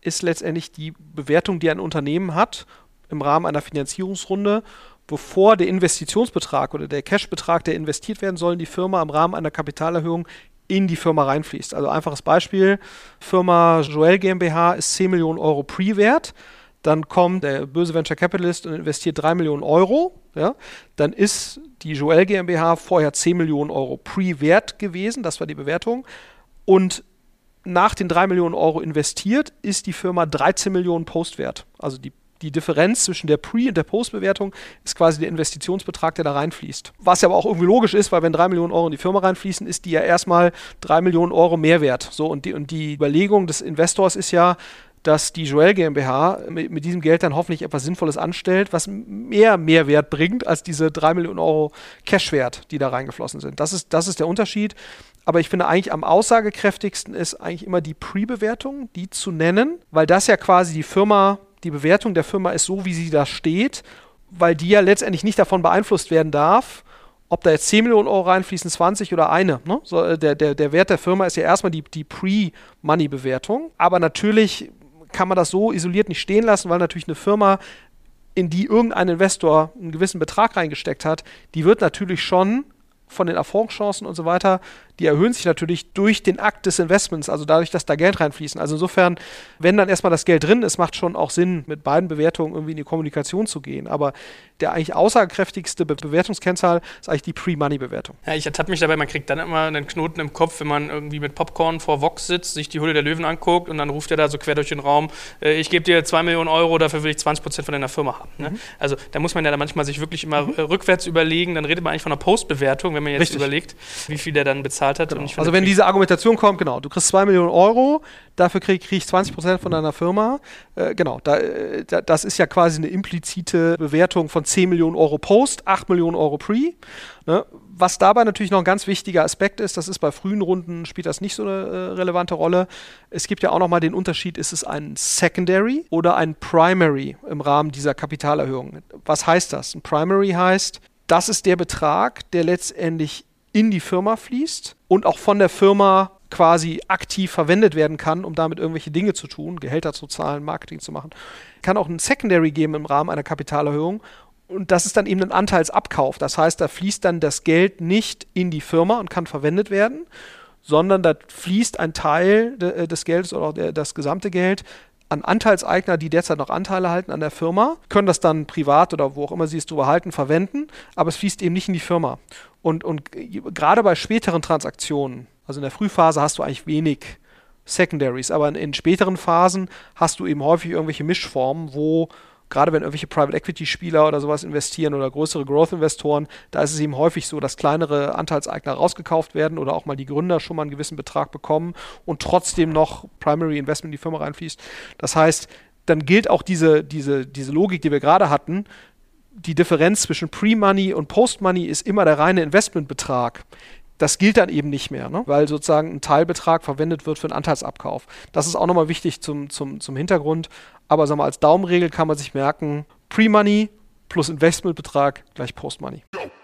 ist letztendlich die Bewertung, die ein Unternehmen hat im Rahmen einer Finanzierungsrunde, bevor der Investitionsbetrag oder der Cashbetrag, der investiert werden soll in die Firma im Rahmen einer Kapitalerhöhung, in die Firma reinfließt. Also einfaches Beispiel, Firma Joel GmbH ist zehn Millionen Euro Pre-Wert, dann kommt der böse Venture Capitalist und investiert drei Millionen Euro, ja, dann ist die Joel GmbH vorher zehn Millionen Euro Pre-Wert gewesen, das war die Bewertung, und nach den drei Millionen Euro investiert, ist die Firma dreizehn Millionen Post-Wert. Also die Die Differenz zwischen der Pre- und der Post-Bewertung ist quasi der Investitionsbetrag, der da reinfließt. Was ja aber auch irgendwie logisch ist, weil wenn drei Millionen Euro in die Firma reinfließen, ist die ja erstmal drei Millionen Euro Mehrwert. So, und die, und die Überlegung des Investors ist ja, dass die Joel GmbH mit, mit diesem Geld dann hoffentlich etwas Sinnvolles anstellt, was mehr Mehrwert bringt als diese drei Millionen Euro Cashwert, die da reingeflossen sind. Das ist, das ist der Unterschied. Aber ich finde eigentlich am aussagekräftigsten ist eigentlich immer die Pre-Bewertung, die zu nennen, weil das ja quasi die Firma, die Bewertung der Firma ist so, wie sie da steht, weil die ja letztendlich nicht davon beeinflusst werden darf, ob da jetzt zehn Millionen Euro reinfließen, zwanzig oder eine. Ne? So, der, der, der Wert der Firma ist ja erstmal die, die Pre-Money-Bewertung. Aber natürlich kann man das so isoliert nicht stehen lassen, weil natürlich eine Firma, in die irgendein Investor einen gewissen Betrag reingesteckt hat, die wird natürlich schon von den Erfolgschancen und so weiter, die erhöhen sich natürlich durch den Akt des Investments, also dadurch, dass da Geld reinfließen. Also insofern, wenn dann erstmal das Geld drin ist, macht schon auch Sinn, mit beiden Bewertungen irgendwie in die Kommunikation zu gehen. Aber der eigentlich aussagekräftigste Be- Bewertungskennzahl ist eigentlich die Pre-Money-Bewertung. Ja, ich ertappe mich dabei, man kriegt dann immer einen Knoten im Kopf, wenn man irgendwie mit Popcorn vor Vox sitzt, sich die Höhle der Löwen anguckt und dann ruft er da so quer durch den Raum, äh, ich gebe dir zwei Millionen Euro, dafür will ich zwanzig Prozent von deiner Firma haben. Ne? Mhm. Also da muss man ja dann manchmal sich wirklich immer mhm. rückwärts überlegen, dann redet man eigentlich von einer Postbewertung, wenn man jetzt Richtig. überlegt, wie viel der dann bezahlt hat. Genau. Und ich also wenn diese Argumentation kommt, genau, du kriegst zwei Millionen Euro, dafür krieg, krieg ich zwanzig Prozent von deiner Firma, äh, genau, da, da, das ist ja quasi eine implizite Bewertung von zehn Millionen Euro Post, acht Millionen Euro Pre. Ne? Was dabei natürlich noch ein ganz wichtiger Aspekt ist, das ist bei frühen Runden, spielt das nicht so eine äh, relevante Rolle. Es gibt ja auch nochmal den Unterschied, ist es ein Secondary oder ein Primary im Rahmen dieser Kapitalerhöhung. Was heißt das? Ein Primary heißt, das ist der Betrag, der letztendlich in die Firma fließt und auch von der Firma quasi aktiv verwendet werden kann, um damit irgendwelche Dinge zu tun, Gehälter zu zahlen, Marketing zu machen. Kann auch ein Secondary geben im Rahmen einer Kapitalerhöhung und das ist dann eben ein Anteilsabkauf. Das heißt, da fließt dann das Geld nicht in die Firma und kann verwendet werden, sondern da fließt ein Teil de, des Geldes oder auch der, das gesamte Geld an Anteilseigner, die derzeit noch Anteile halten an der Firma, können das dann privat oder wo auch immer sie es drüber halten, verwenden, aber es fließt eben nicht in die Firma. Und, und gerade bei späteren Transaktionen, also in der Frühphase hast du eigentlich wenig Secondaries, aber in, in späteren Phasen hast du eben häufig irgendwelche Mischformen, wo gerade wenn irgendwelche Private-Equity-Spieler oder sowas investieren oder größere Growth-Investoren, da ist es eben häufig so, dass kleinere Anteilseigner rausgekauft werden oder auch mal die Gründer schon mal einen gewissen Betrag bekommen und trotzdem noch Primary Investment in die Firma reinfließt. Das heißt, dann gilt auch diese, diese, diese Logik, die wir gerade hatten, die Differenz zwischen Pre-Money und Post-Money ist immer der reine Investmentbetrag. Das gilt dann eben nicht mehr, ne? Weil sozusagen ein Teilbetrag verwendet wird für einen Anteilsabkauf. Das ist auch nochmal wichtig zum, zum, zum Hintergrund. Aber sagen wir, als Daumenregel kann man sich merken, Pre-Money plus Investmentbetrag gleich Post-Money.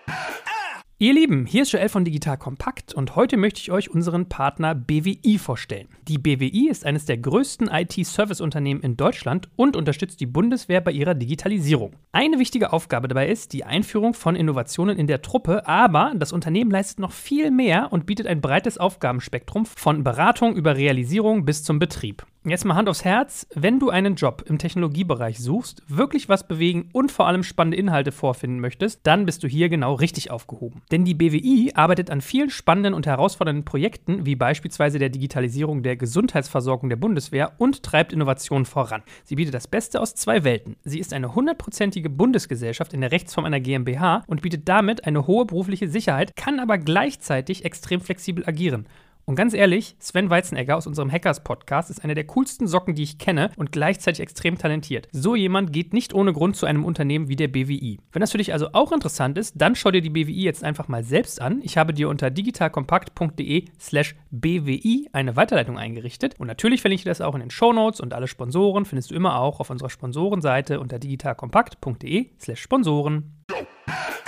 Ihr Lieben, hier ist Joel von Digital Kompakt und heute möchte ich euch unseren Partner B W I vorstellen. Die B W I ist eines der größten I T-Service-Unternehmen in Deutschland und unterstützt die Bundeswehr bei ihrer Digitalisierung. Eine wichtige Aufgabe dabei ist die Einführung von Innovationen in der Truppe, aber das Unternehmen leistet noch viel mehr und bietet ein breites Aufgabenspektrum von Beratung über Realisierung bis zum Betrieb. Jetzt mal Hand aufs Herz, wenn du einen Job im Technologiebereich suchst, wirklich was bewegen und vor allem spannende Inhalte vorfinden möchtest, dann bist du hier genau richtig aufgehoben. Denn die B W I arbeitet an vielen spannenden und herausfordernden Projekten, wie beispielsweise der Digitalisierung der Gesundheitsversorgung der Bundeswehr und treibt Innovationen voran. Sie bietet das Beste aus zwei Welten. Sie ist eine hundertprozentige Bundesgesellschaft in der Rechtsform einer GmbH und bietet damit eine hohe berufliche Sicherheit, kann aber gleichzeitig extrem flexibel agieren. Und ganz ehrlich, Sven Weizenegger aus unserem Hackers-Podcast ist einer der coolsten Socken, die ich kenne und gleichzeitig extrem talentiert. So jemand geht nicht ohne Grund zu einem Unternehmen wie der B W I. Wenn das für dich also auch interessant ist, dann schau dir die B W I jetzt einfach mal selbst an. Ich habe dir unter digitalkompakt.de slash BWI eine Weiterleitung eingerichtet. Und natürlich verlinke ich das auch in den Shownotes und alle Sponsoren findest du immer auch auf unserer Sponsorenseite unter digitalkompakt.de slash Sponsoren.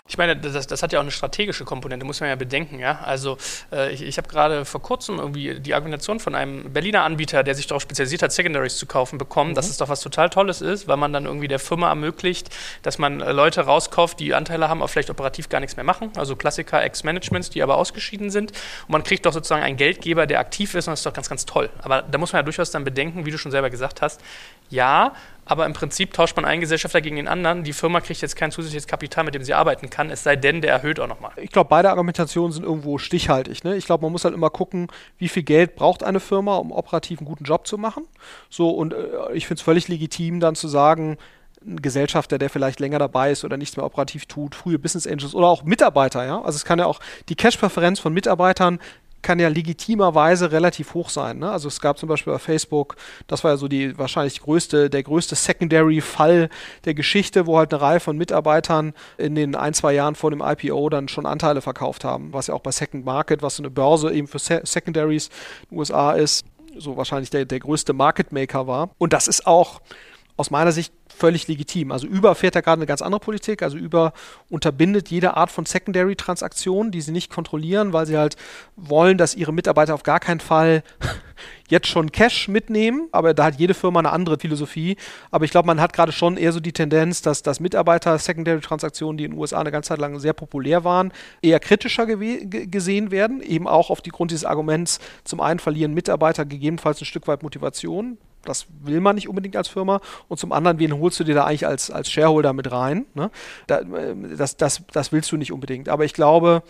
Ich meine, das, das hat ja auch eine strategische Komponente, muss man ja bedenken. Ja? Also äh, ich, ich habe gerade vor kurzem irgendwie die Argumentation von einem Berliner Anbieter, der sich darauf spezialisiert hat, Secondaries zu kaufen, bekommen, mhm. dass es doch was total Tolles ist, weil man dann irgendwie der Firma ermöglicht, dass man äh, Leute rauskauft, die Anteile haben, aber vielleicht operativ gar nichts mehr machen. Also Klassiker, Ex-Managements, die aber ausgeschieden sind. Und man kriegt doch sozusagen einen Geldgeber, der aktiv ist, und das ist doch ganz, ganz toll. Aber da muss man ja durchaus dann bedenken, wie du schon selber gesagt hast, ja, aber im Prinzip tauscht man einen Gesellschafter gegen den anderen. Die Firma kriegt jetzt kein zusätzliches Kapital, mit dem sie arbeiten kann, es sei denn, der erhöht auch nochmal. Ich glaube, beide Argumentationen sind irgendwo stichhaltig. Ne? Ich glaube, man muss halt immer gucken, wie viel Geld braucht eine Firma, um operativ einen guten Job zu machen. So, und äh, ich finde es völlig legitim, dann zu sagen, ein Gesellschafter, der vielleicht länger dabei ist oder nichts mehr operativ tut, frühe Business Angels oder auch Mitarbeiter. Ja? Also es kann ja auch die Cash-Präferenz von Mitarbeitern kann ja legitimerweise relativ hoch sein. Ne? Also es gab zum Beispiel bei Facebook, das war ja so die wahrscheinlich größte, der größte Secondary-Fall der Geschichte, wo halt eine Reihe von Mitarbeitern in den ein, zwei Jahren vor dem I P O dann schon Anteile verkauft haben, was ja auch bei Second Market, was so eine Börse eben für Se- Secondaries in den U S A ist, so wahrscheinlich der, der größte Market Maker war. Und das ist auch aus meiner Sicht völlig legitim. Also Uber fährt da gerade eine ganz andere Politik. Also Uber unterbindet jede Art von Secondary-Transaktionen, die sie nicht kontrollieren, weil sie halt wollen, dass ihre Mitarbeiter auf gar keinen Fall jetzt schon Cash mitnehmen. Aber da hat jede Firma eine andere Philosophie. Aber ich glaube, man hat gerade schon eher so die Tendenz, dass, dass Mitarbeiter-Secondary-Transaktionen, die in den U S A eine ganze Zeit lang sehr populär waren, eher kritischer gew- g- gesehen werden. Eben auch auf die Grund dieses Arguments, zum einen verlieren Mitarbeiter gegebenenfalls ein Stück weit Motivation. Das will man nicht unbedingt als Firma. Und zum anderen, wen holst du dir da eigentlich als, als Shareholder mit rein? Ne? Da, das, das, das willst du nicht unbedingt. Aber ich glaube,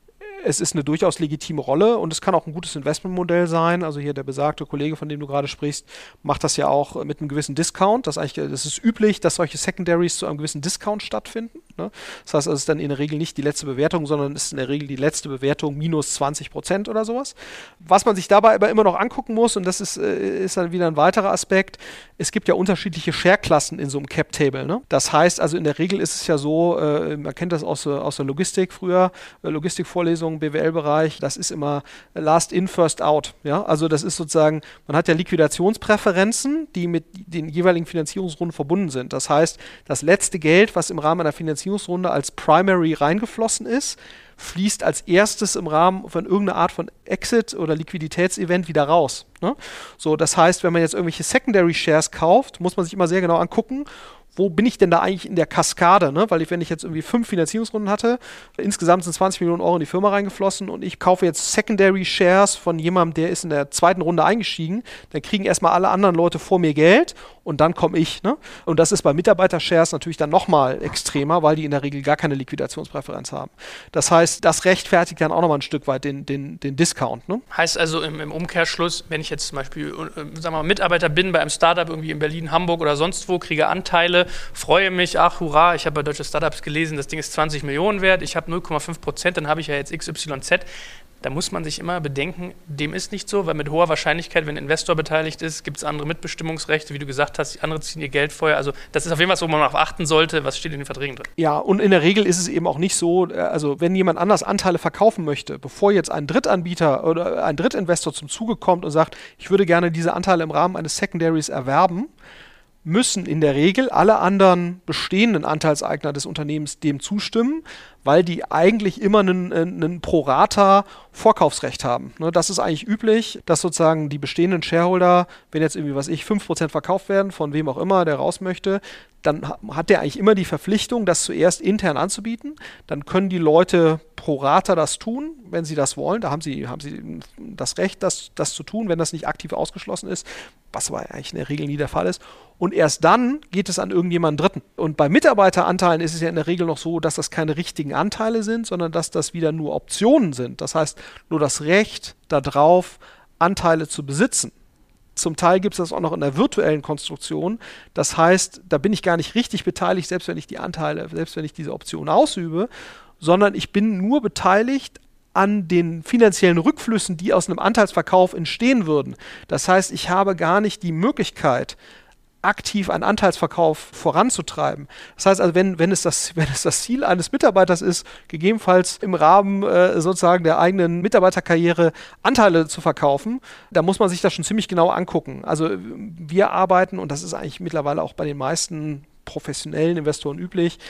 es ist eine durchaus legitime Rolle und es kann auch ein gutes Investmentmodell sein. Also hier der besagte Kollege, von dem du gerade sprichst, macht das ja auch mit einem gewissen Discount. Das, eigentlich, das ist üblich, dass solche Secondaries zu einem gewissen Discount stattfinden. Ne? Das heißt, es ist dann in der Regel nicht die letzte Bewertung, sondern es ist in der Regel die letzte Bewertung minus zwanzig Prozent oder sowas. Was man sich dabei aber immer noch angucken muss, und das ist, ist dann wieder ein weiterer Aspekt, es gibt ja unterschiedliche Share-Klassen in so einem Cap-Table. Ne? Das heißt, also in der Regel ist es ja so, äh, man kennt das aus, aus der Logistik früher, äh, Logistikvorlesungen, B W L-Bereich, das ist immer last in, first out. Ja? Also das ist sozusagen, man hat ja Liquidationspräferenzen, die mit den jeweiligen Finanzierungsrunden verbunden sind. Das heißt, das letzte Geld, was im Rahmen einer Finanzierungsrunde als Primary reingeflossen ist, fließt als erstes im Rahmen von irgendeiner Art von Exit- oder Liquiditätsevent wieder raus. Ne? So, das heißt, wenn man jetzt irgendwelche Secondary Shares kauft, muss man sich immer sehr genau angucken, wo bin ich denn da eigentlich in der Kaskade? Ne? Weil ich, wenn ich jetzt irgendwie fünf Finanzierungsrunden hatte, insgesamt sind zwanzig Millionen Euro in die Firma reingeflossen und ich kaufe jetzt Secondary Shares von jemandem, der ist in der zweiten Runde eingestiegen, dann kriegen erstmal alle anderen Leute vor mir Geld und dann komme ich. Ne? Und das ist bei Mitarbeiter-Shares natürlich dann nochmal extremer, weil die in der Regel gar keine Liquidationspräferenz haben. Das heißt, das rechtfertigt dann auch nochmal ein Stück weit den, den, den Discount. Ne? Heißt also im, im Umkehrschluss, wenn ich jetzt zum Beispiel äh, sagen wir mal, Mitarbeiter bin bei einem Startup irgendwie in Berlin, Hamburg oder sonst wo, kriege Anteile, freue mich, ach hurra, ich habe bei Deutsche Startups gelesen, das Ding ist zwanzig Millionen wert, ich habe null Komma fünf Prozent, dann habe ich ja jetzt X Y Z. Da muss man sich immer bedenken, dem ist nicht so, weil mit hoher Wahrscheinlichkeit, wenn ein Investor beteiligt ist, gibt es andere Mitbestimmungsrechte, wie du gesagt hast, die anderen ziehen ihr Geld vorher. Also das ist auf jeden Fall was, wo man darauf achten sollte, was steht in den Verträgen drin. Ja, und in der Regel ist es eben auch nicht so, also wenn jemand anders Anteile verkaufen möchte, bevor jetzt ein Drittanbieter oder ein Drittinvestor zum Zuge kommt und sagt, ich würde gerne diese Anteile im Rahmen eines Secondaries erwerben, müssen in der Regel alle anderen bestehenden Anteilseigner des Unternehmens dem zustimmen, weil die eigentlich immer einen, einen Pro-Rata-Vorkaufsrecht haben. Ne, das ist eigentlich üblich, dass sozusagen die bestehenden Shareholder, wenn jetzt irgendwie, was ich, fünf Prozent verkauft werden, von wem auch immer, der raus möchte, dann hat der eigentlich immer die Verpflichtung, das zuerst intern anzubieten. Dann können die Leute pro Rata das tun, wenn sie das wollen. Da haben sie, haben sie das Recht, das, das zu tun, wenn das nicht aktiv ausgeschlossen ist, was aber eigentlich in der Regel nie der Fall ist. Und erst dann geht es an irgendjemanden Dritten. Und bei Mitarbeiteranteilen ist es ja in der Regel noch so, dass das keine richtigen Anteile sind, sondern dass das wieder nur Optionen sind. Das heißt, nur das Recht darauf, Anteile zu besitzen. Zum Teil gibt es das auch noch in der virtuellen Konstruktion. Das heißt, da bin ich gar nicht richtig beteiligt, selbst wenn ich die Anteile, selbst wenn ich diese Option ausübe, sondern ich bin nur beteiligt an den finanziellen Rückflüssen, die aus einem Anteilsverkauf entstehen würden. Das heißt, ich habe gar nicht die Möglichkeit, aktiv einen Anteilsverkauf voranzutreiben. Das heißt also, wenn, wenn, es das, wenn es das Ziel eines Mitarbeiters ist, gegebenenfalls im Rahmen äh, sozusagen der eigenen Mitarbeiterkarriere Anteile zu verkaufen, da muss man sich das schon ziemlich genau angucken. Also wir arbeiten, und das ist eigentlich mittlerweile auch bei den meisten professionellen Investoren üblich,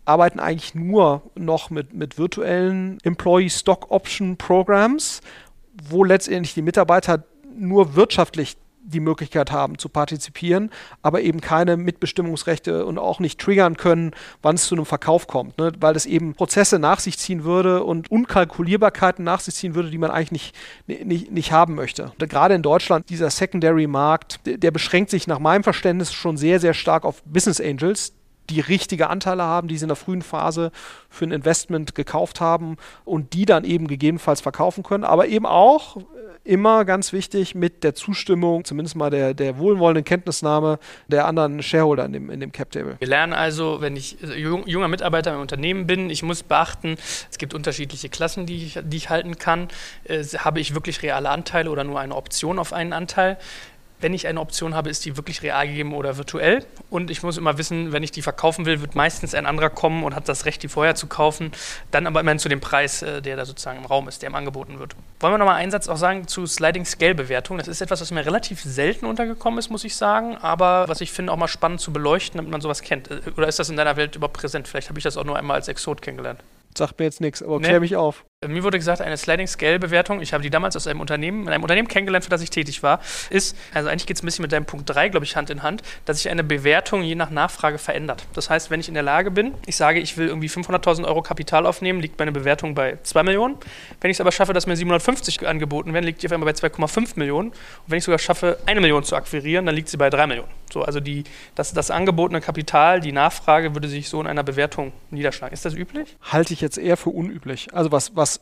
arbeiten eigentlich nur noch mit, mit virtuellen Employee Stock Option Programs, wo letztendlich die Mitarbeiter nur wirtschaftlich die Möglichkeit haben zu partizipieren, aber eben keine Mitbestimmungsrechte und auch nicht triggern können, wann es zu einem Verkauf kommt, ne? Weil das eben Prozesse nach sich ziehen würde und Unkalkulierbarkeiten nach sich ziehen würde, die man eigentlich nicht, nicht, nicht haben möchte. Und gerade in Deutschland, dieser Secondary-Markt, der, der beschränkt sich nach meinem Verständnis schon sehr, sehr stark auf Business Angels, die richtige Anteile haben, die sie in der frühen Phase für ein Investment gekauft haben und die dann eben gegebenenfalls verkaufen können, aber eben auch immer ganz wichtig mit der Zustimmung, zumindest mal der, der wohlwollenden Kenntnisnahme der anderen Shareholder in dem, in dem Cap-Table. Wir lernen also, wenn ich junger Mitarbeiter im Unternehmen bin, ich muss beachten, es gibt unterschiedliche Klassen, die ich, die ich halten kann. Äh, habe ich wirklich reale Anteile oder nur eine Option auf einen Anteil? Wenn ich eine Option habe, ist die wirklich real gegeben oder virtuell? Und ich muss immer wissen, wenn ich die verkaufen will, wird meistens ein anderer kommen und hat das Recht, die vorher zu kaufen. Dann aber immerhin zu dem Preis, der da sozusagen im Raum ist, der ihm angeboten wird. Wollen wir nochmal einen Satz auch sagen zu Sliding Scale Bewertung? Das ist etwas, was mir relativ selten untergekommen ist, muss ich sagen. Aber was ich finde, auch mal spannend zu beleuchten, damit man sowas kennt. Oder ist das in deiner Welt überhaupt präsent? Vielleicht habe ich das auch nur einmal als Exot kennengelernt. Sagt mir jetzt nichts, aber nee. klär mich auf. Mir wurde gesagt, eine Sliding-Scale-Bewertung, ich habe die damals aus einem Unternehmen, in einem Unternehmen kennengelernt, für das ich tätig war, ist, also eigentlich geht es ein bisschen mit deinem Punkt drei, glaube ich, Hand in Hand, dass sich eine Bewertung je nach Nachfrage verändert. Das heißt, wenn ich in der Lage bin, ich sage, ich will irgendwie fünfhunderttausend Euro Kapital aufnehmen, liegt meine Bewertung bei zwei Millionen. Wenn ich es aber schaffe, dass mir siebenhundertfünfzig angeboten werden, liegt die auf einmal bei zwei Komma fünf Millionen. Und wenn ich sogar schaffe, eine Million zu akquirieren, dann liegt sie bei drei Millionen. So, also die, das, das angebotene Kapital, die Nachfrage würde sich so in einer Bewertung niederschlagen. Ist das üblich? Halte ich jetzt eher für unüblich. Also was, was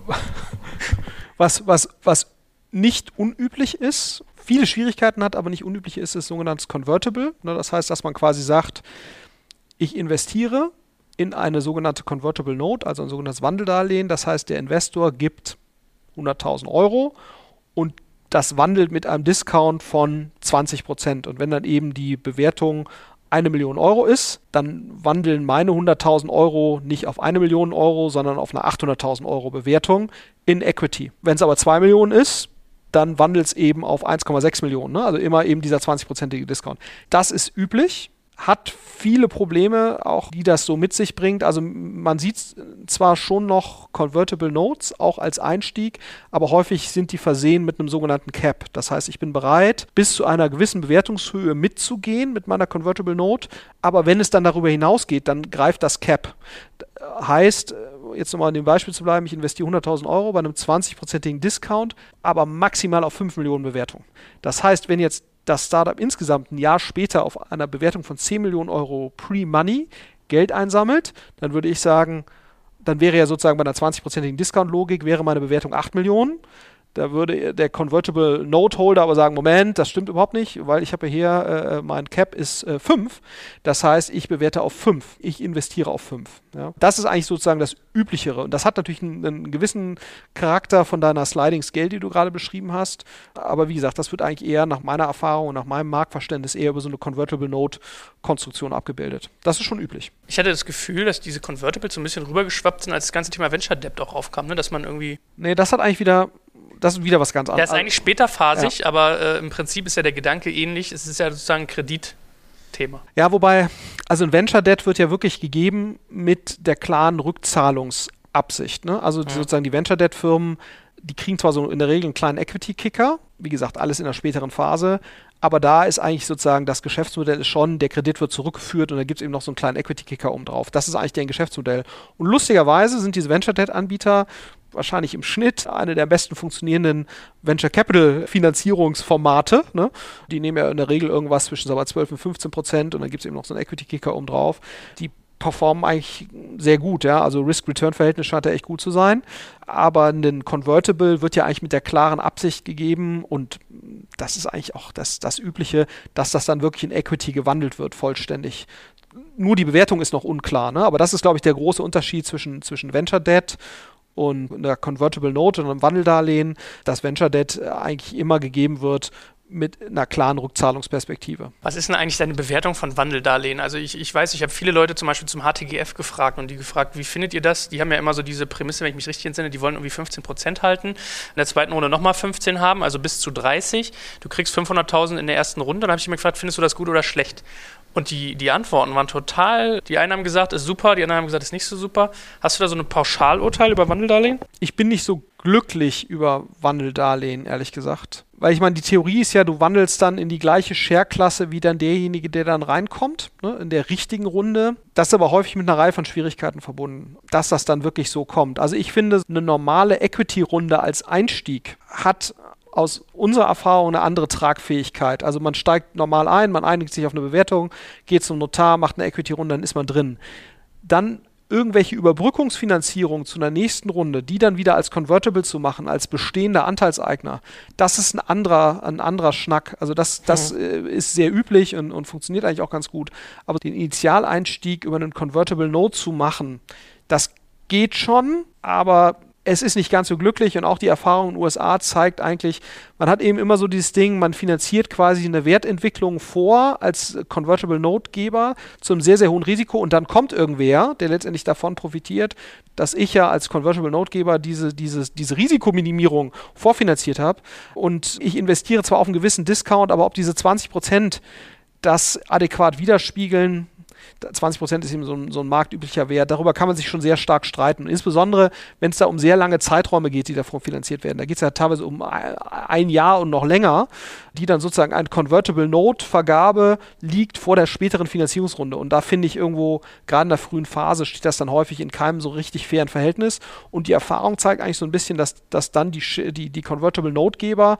Was, was, was nicht unüblich ist, viele Schwierigkeiten hat, aber nicht unüblich ist, ist sogenanntes Convertible. Das heißt, dass man quasi sagt, ich investiere in eine sogenannte Convertible Note, also ein sogenanntes Wandeldarlehen. Das heißt, der Investor gibt hunderttausend Euro und das wandelt mit einem Discount von zwanzig Prozent. Und wenn dann eben die Bewertung eine Million Euro ist, dann wandeln meine hunderttausend Euro nicht auf eine Million Euro, sondern auf eine achthunderttausend Euro Bewertung in Equity. Wenn es aber zwei Millionen ist, dann wandelt es eben auf eins Komma sechs Millionen, ne? Also immer eben dieser zwanzig-prozentige Discount. Das ist üblich, hat viele Probleme, auch die das so mit sich bringt. Also man sieht zwar schon noch Convertible Notes, auch als Einstieg, aber häufig sind die versehen mit einem sogenannten Cap. Das heißt, ich bin bereit, bis zu einer gewissen Bewertungshöhe mitzugehen mit meiner Convertible Note, aber wenn es dann darüber hinausgeht, dann greift das Cap. Heißt, jetzt nochmal an dem Beispiel zu bleiben, ich investiere hunderttausend Euro bei einem zwanzig-prozentigen Discount, aber maximal auf fünf Millionen Bewertung. Das heißt, wenn jetzt das Startup insgesamt ein Jahr später auf einer Bewertung von zehn Millionen Euro Pre-Money Geld einsammelt, dann würde ich sagen, dann wäre ja sozusagen bei einer zwanzig-prozentigen Discount-Logik, wäre meine Bewertung acht Millionen. Da würde der Convertible Note Holder aber sagen, Moment, das stimmt überhaupt nicht, weil ich habe ja hier, äh, mein Cap ist äh, fünf. Das heißt, ich bewerte auf fünf. Ich investiere auf fünf. Ja. Das ist eigentlich sozusagen das Üblichere. Und das hat natürlich einen, einen gewissen Charakter von deiner Sliding Scale, die du gerade beschrieben hast. Aber wie gesagt, das wird eigentlich eher nach meiner Erfahrung und nach meinem Marktverständnis eher über so eine Convertible Note Konstruktion abgebildet. Das ist schon üblich. Ich hatte das Gefühl, dass diese Convertibles so ein bisschen rübergeschwappt sind, als das ganze Thema Venture Debt auch aufkam, ne? Dass man irgendwie... Nee, das hat eigentlich wieder... Das ist wieder was ganz anderes. Der ist eigentlich später phasig, ja. aber äh, im Prinzip ist ja der Gedanke ähnlich. Es ist ja sozusagen ein Kreditthema. Ja, wobei, also ein Venture Debt wird ja wirklich gegeben mit der klaren Rückzahlungsabsicht. Ne? Also ja. sozusagen die Venture Debt Firmen, die kriegen zwar so in der Regel einen kleinen Equity-Kicker, wie gesagt, alles in der späteren Phase, aber da ist eigentlich sozusagen das Geschäftsmodell ist schon, der Kredit wird zurückgeführt und da gibt es eben noch so einen kleinen Equity-Kicker oben drauf. Das ist eigentlich deren Geschäftsmodell. Und lustigerweise sind diese Venture-Debt-Anbieter wahrscheinlich im Schnitt eine der besten funktionierenden Venture-Capital-Finanzierungsformate. Ne? Die nehmen ja in der Regel irgendwas zwischen sagen wir, zwölf und fünfzehn Prozent und dann gibt es eben noch so einen Equity-Kicker oben drauf. Die performen eigentlich sehr gut, ja, also Risk-Return-Verhältnis scheint ja echt gut zu sein, aber ein Convertible wird ja eigentlich mit der klaren Absicht gegeben und das ist eigentlich auch das, das Übliche, dass das dann wirklich in Equity gewandelt wird, vollständig. Nur die Bewertung ist noch unklar, ne? Aber das ist, glaube ich, der große Unterschied zwischen, zwischen Venture Debt und einer Convertible Note und einem Wandeldarlehen, dass Venture Debt eigentlich immer gegeben wird mit einer klaren Rückzahlungsperspektive. Was ist denn eigentlich deine Bewertung von Wandeldarlehen? Also ich, ich weiß, ich habe viele Leute zum Beispiel zum H T G F gefragt und die gefragt, wie findet ihr das? Die haben ja immer so diese Prämisse, wenn ich mich richtig entsinne, die wollen irgendwie fünfzehn Prozent halten, in der zweiten Runde nochmal fünfzehn haben, also bis zu dreißig. Du kriegst fünfhunderttausend in der ersten Runde. Dann habe ich mich gefragt, findest du das gut oder schlecht? Und die, die Antworten waren total, die einen haben gesagt, ist super, die anderen haben gesagt, ist nicht so super. Hast du da so ein Pauschalurteil über Wandeldarlehen? Ich bin nicht so glücklich über Wandeldarlehen, ehrlich gesagt. Weil ich meine, die Theorie ist ja, du wandelst dann in die gleiche Share-Klasse wie dann derjenige, der dann reinkommt, ne, in der richtigen Runde. Das ist aber häufig mit einer Reihe von Schwierigkeiten verbunden, dass das dann wirklich so kommt. Also ich finde, eine normale Equity-Runde als Einstieg hat aus unserer Erfahrung eine andere Tragfähigkeit. Also man steigt normal ein, man einigt sich auf eine Bewertung, geht zum Notar, macht eine Equity-Runde, dann ist man drin. Dann irgendwelche Überbrückungsfinanzierung zu einer nächsten Runde, die dann wieder als Convertible zu machen, als bestehender Anteilseigner, das ist ein anderer, ein anderer Schnack. Also das, das mhm. äh, ist sehr üblich und, und funktioniert eigentlich auch ganz gut. Aber den Initialeinstieg über einen Convertible Note zu machen, das geht schon, aber es ist nicht ganz so glücklich und auch die Erfahrung in den U S A zeigt eigentlich, man hat eben immer so dieses Ding, man finanziert quasi eine Wertentwicklung vor als Convertible Note-Geber zu einem sehr, sehr hohen Risiko und dann kommt irgendwer, der letztendlich davon profitiert, dass ich ja als Convertible Note-Geber diese, diese, diese Risikominimierung vorfinanziert habe und ich investiere zwar auf einen gewissen Discount, aber ob diese zwanzig Prozent das adäquat widerspiegeln, zwanzig Prozent ist eben so ein, so ein marktüblicher Wert. Darüber kann man sich schon sehr stark streiten. Und insbesondere, wenn es da um sehr lange Zeiträume geht, die davon finanziert werden. Da geht es ja teilweise um ein Jahr und noch länger, die dann sozusagen eine Convertible Note-Vergabe liegt vor der späteren Finanzierungsrunde. Und da finde ich irgendwo, gerade in der frühen Phase, steht das dann häufig in keinem so richtig fairen Verhältnis. Und die Erfahrung zeigt eigentlich so ein bisschen, dass, dass dann die, die, die Convertible Note-Geber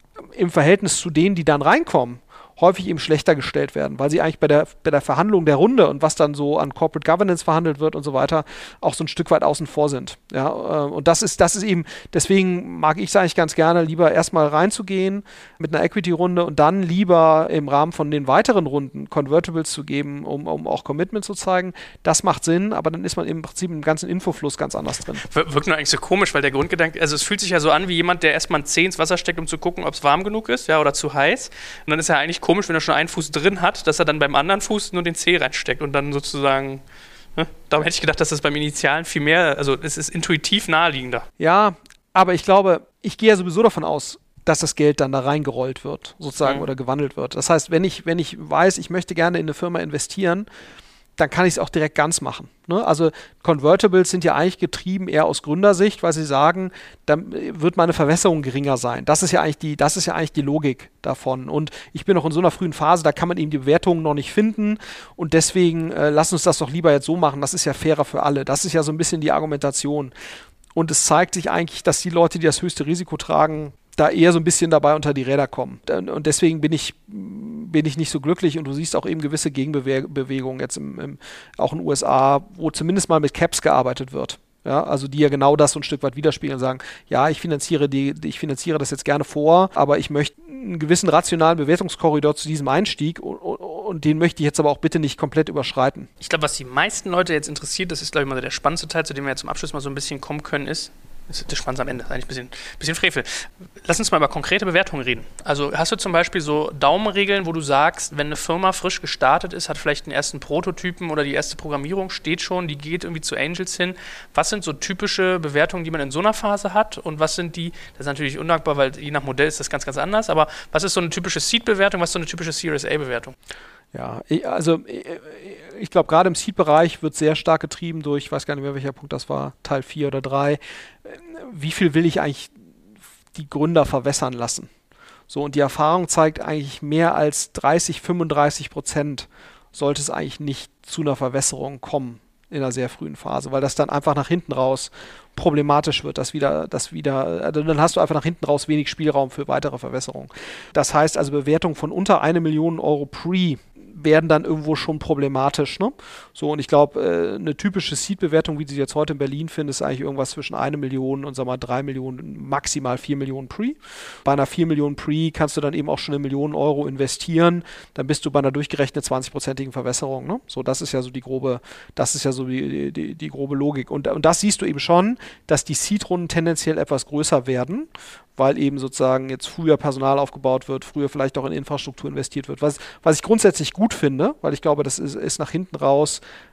im Verhältnis zu denen, die dann reinkommen, häufig eben schlechter gestellt werden, weil sie eigentlich bei der, bei der Verhandlung der Runde und was dann so an Corporate Governance verhandelt wird und so weiter, auch so ein Stück weit außen vor sind. Ja, und das ist, das ist eben, deswegen mag ich es eigentlich ganz gerne, lieber erstmal reinzugehen mit einer Equity-Runde und dann lieber im Rahmen von den weiteren Runden Convertibles zu geben, um, um auch Commitment zu zeigen. Das macht Sinn, aber dann ist man im Prinzip im ganzen Infofluss ganz anders drin. Wirkt nur eigentlich so komisch, weil der Grundgedanke, also es fühlt sich ja so an wie jemand, der erstmal ein Zeh ins Wasser steckt, um zu gucken, ob es warm genug ist, ja, oder zu heiß. Und dann ist ja eigentlich komisch, wenn er schon einen Fuß drin hat, dass er dann beim anderen Fuß nur den Zeh reinsteckt und dann sozusagen, ne? Darum hätte ich gedacht, dass das beim Initialen viel mehr, also es ist intuitiv naheliegender. Ja, aber ich glaube, ich gehe ja sowieso davon aus, dass das Geld dann da reingerollt wird, sozusagen, mhm. oder gewandelt wird. Das heißt, wenn ich, wenn ich weiß, ich möchte gerne in eine Firma investieren, dann kann ich es auch direkt ganz machen. Ne? Also Convertibles sind ja eigentlich getrieben eher aus Gründersicht, weil sie sagen, dann wird meine Verwässerung geringer sein. Das ist ja eigentlich die, das ist ja eigentlich die Logik davon. Und ich bin noch in so einer frühen Phase, da kann man eben die Bewertungen noch nicht finden und deswegen äh, lass uns das doch lieber jetzt so machen. Das ist ja fairer für alle. Das ist ja so ein bisschen die Argumentation. Und es zeigt sich eigentlich, dass die Leute, die das höchste Risiko tragen, da eher so ein bisschen dabei unter die Räder kommen. Und deswegen bin ich, bin ich nicht so glücklich und du siehst auch eben gewisse Gegenbewegungen jetzt im, im, auch in den U S A, wo zumindest mal mit Caps gearbeitet wird. Ja, also die ja genau das so ein Stück weit widerspiegeln und sagen, ja, ich finanziere die, ich finanziere das jetzt gerne vor, aber ich möchte einen gewissen rationalen Bewertungskorridor zu diesem Einstieg und, und, und den möchte ich jetzt aber auch bitte nicht komplett überschreiten. Ich glaube, was die meisten Leute jetzt interessiert, das ist, glaube ich, mal der spannendste Teil, zu dem wir jetzt zum Abschluss mal so ein bisschen kommen können, ist, das ist spannend am Ende, eigentlich ein bisschen, bisschen Frevel. Lass uns mal über konkrete Bewertungen reden. Also hast du zum Beispiel so Daumenregeln, wo du sagst, wenn eine Firma frisch gestartet ist, hat vielleicht den ersten Prototypen oder die erste Programmierung steht schon, die geht irgendwie zu Angels hin. Was sind so typische Bewertungen, die man in so einer Phase hat und was sind die, das ist natürlich undankbar, weil je nach Modell ist das ganz, ganz anders, aber was ist so eine typische Seed-Bewertung, was ist so eine typische Series A-Bewertung? Ja, also ich glaube, gerade im Seed-Bereich wird sehr stark getrieben durch, ich weiß gar nicht mehr, welcher Punkt das war, Teil vier oder drei. Wie viel will ich eigentlich die Gründer verwässern lassen? So, und die Erfahrung zeigt eigentlich, mehr als dreißig, fünfunddreißig Prozent sollte es eigentlich nicht zu einer Verwässerung kommen in einer sehr frühen Phase, weil das dann einfach nach hinten raus problematisch wird, dass wieder, das wieder, also dann hast du einfach nach hinten raus wenig Spielraum für weitere Verwässerungen. Das heißt also, Bewertungen von unter eine Million Euro Pre werden dann irgendwo schon problematisch. Ne? So, und ich glaube, äh, eine typische Seed-Bewertung, wie du sie jetzt heute in Berlin findest, ist eigentlich irgendwas zwischen eine Million und, sag mal, drei Millionen, maximal vier Millionen Pre. Bei einer vier Millionen Pre kannst du dann eben auch schon eine Million Euro investieren, dann bist du bei einer durchgerechnet zwanzig-prozentigen Verwässerung. Ne? So, das ist ja so die grobe, das ist ja so die, die, die grobe Logik. Und, und das siehst du eben schon, dass die Seed-Runden tendenziell etwas größer werden, weil eben sozusagen jetzt früher Personal aufgebaut wird, früher vielleicht auch in Infrastruktur investiert wird, was, was ich grundsätzlich gut finde, weil ich glaube, das ist, ist nach hinten raus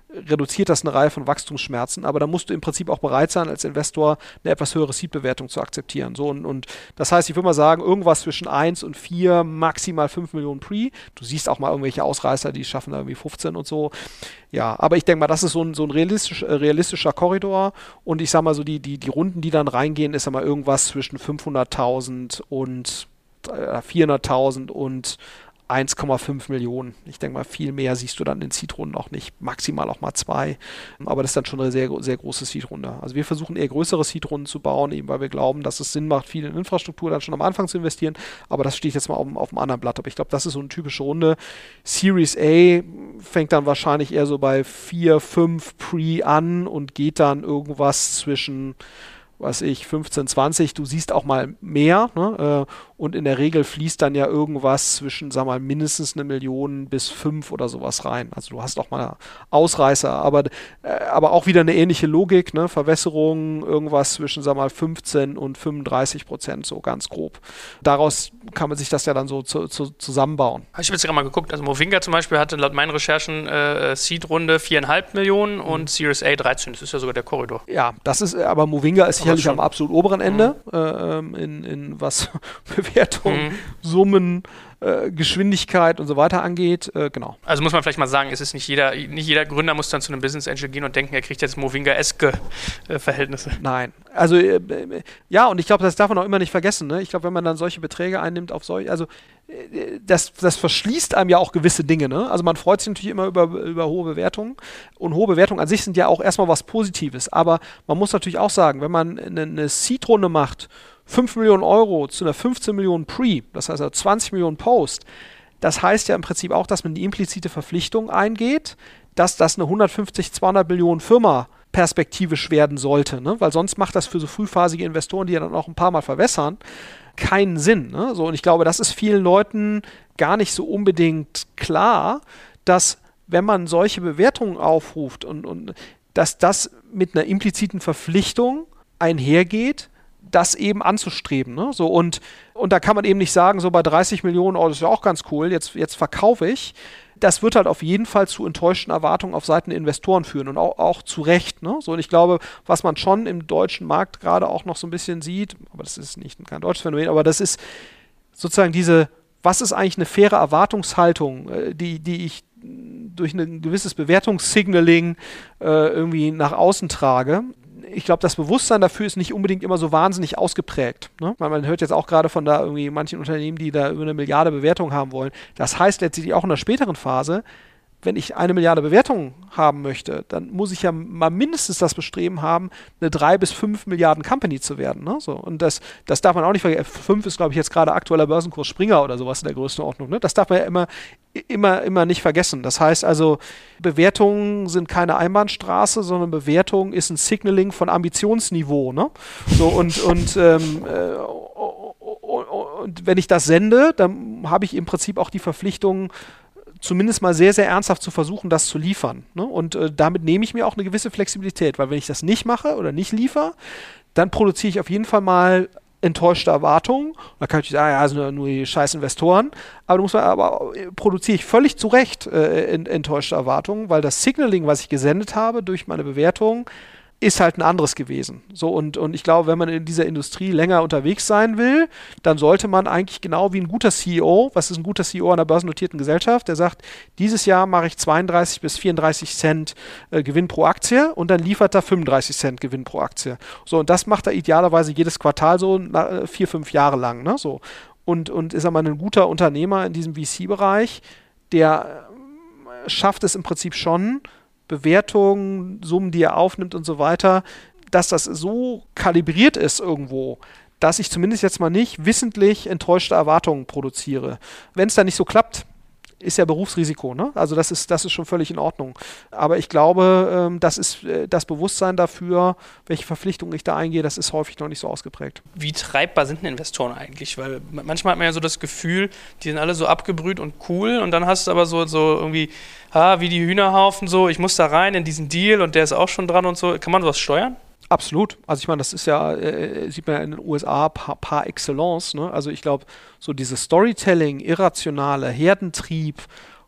reduziert das eine Reihe von Wachstumsschmerzen, aber da musst du im Prinzip auch bereit sein, als Investor eine etwas höhere Seed-Bewertung zu akzeptieren. So, und, und das heißt, ich würde mal sagen, irgendwas zwischen eins und vier, maximal fünf Millionen Pre. Du siehst auch mal irgendwelche Ausreißer, die schaffen da irgendwie fünfzehn und so. Ja, aber ich denke mal, das ist so ein, so ein realistisch, äh, realistischer Korridor, und ich sag mal so, die, die, die Runden, die dann reingehen, ist ja mal irgendwas zwischen fünfhunderttausend und äh, vierhunderttausend und eins Komma fünf Millionen. Ich denke mal, viel mehr siehst du dann in Seed-Runden auch nicht. Maximal auch mal zwei. Aber das ist dann schon eine sehr, sehr große Seed-Runde. Also wir versuchen eher größere Seed-Runden zu bauen, eben weil wir glauben, dass es Sinn macht, viel in Infrastruktur dann schon am Anfang zu investieren. Aber das steht jetzt mal auf, auf einem anderen Blatt. Aber ich glaube, das ist so eine typische Runde. Series A fängt dann wahrscheinlich eher so bei vier, fünf Pre an und geht dann irgendwas zwischen, was ich, fünfzehn, zwanzig, du siehst auch mal mehr, ne? Und in der Regel fließt dann ja irgendwas zwischen, sag mal, mindestens eine Million bis fünf oder sowas rein. Also du hast auch mal Ausreißer, aber, äh, aber auch wieder eine ähnliche Logik, ne? Verwässerung, irgendwas zwischen, sag mal, fünfzehn und fünfunddreißig Prozent, so ganz grob. Daraus kann man sich das ja dann so zu, zu, zusammenbauen. Ich habe jetzt gerade mal geguckt, also Movinga zum Beispiel hatte laut meinen Recherchen äh, Seed-Runde vier Komma fünf Millionen und mhm. Series A dreizehn, das ist ja sogar der Korridor. Ja, das ist, aber Movinga ist sicherlich am absolut oberen Ende, mhm. äh, in, in was Bewertung, mhm. Summen, äh, Geschwindigkeit und so weiter angeht, äh, genau. Also muss man vielleicht mal sagen, es ist nicht jeder, nicht jeder Gründer muss dann zu einem Business Angel gehen und denken, er kriegt jetzt Movinga-eske äh, Verhältnisse. Nein, also äh, ja, und ich glaube, das darf man auch immer nicht vergessen, ne? Ich glaube, wenn man dann solche Beträge einnimmt auf solche, also äh, das, das verschließt einem ja auch gewisse Dinge, ne? Also man freut sich natürlich immer über, über hohe Bewertungen, und hohe Bewertungen an sich sind ja auch erstmal was Positives, aber man muss natürlich auch sagen, wenn man eine, eine Seed-Runde macht, fünf Millionen Euro zu einer fünfzehn Millionen Pre, das heißt also zwanzig Millionen Post, das heißt ja im Prinzip auch, dass man die implizite Verpflichtung eingeht, dass das eine hundertfünfzig, zweihundert Millionen Firma perspektivisch werden sollte, ne? Weil sonst macht das für so frühphasige Investoren, die ja dann auch ein paar Mal verwässern, keinen Sinn, ne? So, und ich glaube, das ist vielen Leuten gar nicht so unbedingt klar, dass wenn man solche Bewertungen aufruft und, und dass das mit einer impliziten Verpflichtung einhergeht, das eben anzustreben, ne? So, und, und da kann man eben nicht sagen, so bei dreißig Millionen, oh, das ist ja auch ganz cool, jetzt, jetzt verkaufe ich. Das wird halt auf jeden Fall zu enttäuschten Erwartungen auf Seiten der Investoren führen, und auch, auch zu Recht, ne? So, und ich glaube, was man schon im deutschen Markt gerade auch noch so ein bisschen sieht, aber das ist nicht kein deutsches Phänomen, aber das ist sozusagen diese, was ist eigentlich eine faire Erwartungshaltung, die, die ich durch ein gewisses Bewertungssignaling äh, irgendwie nach außen trage. Ich glaube, das Bewusstsein dafür ist nicht unbedingt immer so wahnsinnig ausgeprägt, ne? Weil man hört jetzt auch gerade von da irgendwie manchen Unternehmen, die da über eine Milliarde Bewertung haben wollen. Das heißt letztlich auch in der späteren Phase, wenn ich eine Milliarde Bewertung haben möchte, dann muss ich ja mal mindestens das Bestreben haben, eine drei bis fünf Milliarden Company zu werden, ne? So, und das, das darf man auch nicht vergessen. fünf ist, glaube ich, jetzt gerade aktueller Börsenkurs Springer oder sowas in der Größenordnung, ne? Das darf man ja immer, immer, immer nicht vergessen. Das heißt also, Bewertungen sind keine Einbahnstraße, sondern Bewertung ist ein Signaling von Ambitionsniveau, ne? So, und, und, ähm, äh, und wenn ich das sende, dann habe ich im Prinzip auch die Verpflichtung, zumindest mal sehr, sehr ernsthaft zu versuchen, das zu liefern, ne? Und äh, damit nehme ich mir auch eine gewisse Flexibilität, weil wenn ich das nicht mache oder nicht liefere, dann produziere ich auf jeden Fall mal enttäuschte Erwartungen. Da kann ich sagen, ja, sind nur die scheiß Investoren, aber, du musst mal, aber produziere ich völlig zu Recht äh, enttäuschte Erwartungen, weil das Signaling, was ich gesendet habe durch meine Bewertung, ist halt ein anderes gewesen. So, und, und ich glaube, wenn man in dieser Industrie länger unterwegs sein will, dann sollte man eigentlich genau wie ein guter C E O, was ist ein guter C E O einer börsennotierten Gesellschaft, der sagt, dieses Jahr mache ich zweiunddreißig bis vierunddreißig Cent äh, Gewinn pro Aktie, und dann liefert er fünfunddreißig Cent Gewinn pro Aktie. So, und das macht er idealerweise jedes Quartal so na, vier, fünf Jahre lang, ne? So. Und, und ist aber ein guter Unternehmer in diesem V C-Bereich, der äh, schafft es im Prinzip schon, Bewertungen, Summen, die er aufnimmt und so weiter, dass das so kalibriert ist irgendwo, dass ich zumindest jetzt mal nicht wissentlich enttäuschte Erwartungen produziere. Wenn es dann nicht so klappt, ist ja Berufsrisiko, ne? Also das ist, das ist schon völlig in Ordnung. Aber ich glaube, ähm, das ist äh, das Bewusstsein dafür, welche Verpflichtungen ich da eingehe, das ist häufig noch nicht so ausgeprägt. Wie treibbar sind denn Investoren eigentlich? Weil manchmal hat man ja so das Gefühl, die sind alle so abgebrüht und cool, und dann hast du aber so, so irgendwie, ah, wie die Hühnerhaufen so, ich muss da rein in diesen Deal und der ist auch schon dran und so. Kann man sowas steuern? Absolut. Also ich meine, das ist ja, äh, sieht man ja in den U S A par, par excellence, ne? Also ich glaube, so dieses Storytelling, irrationale Herdentrieb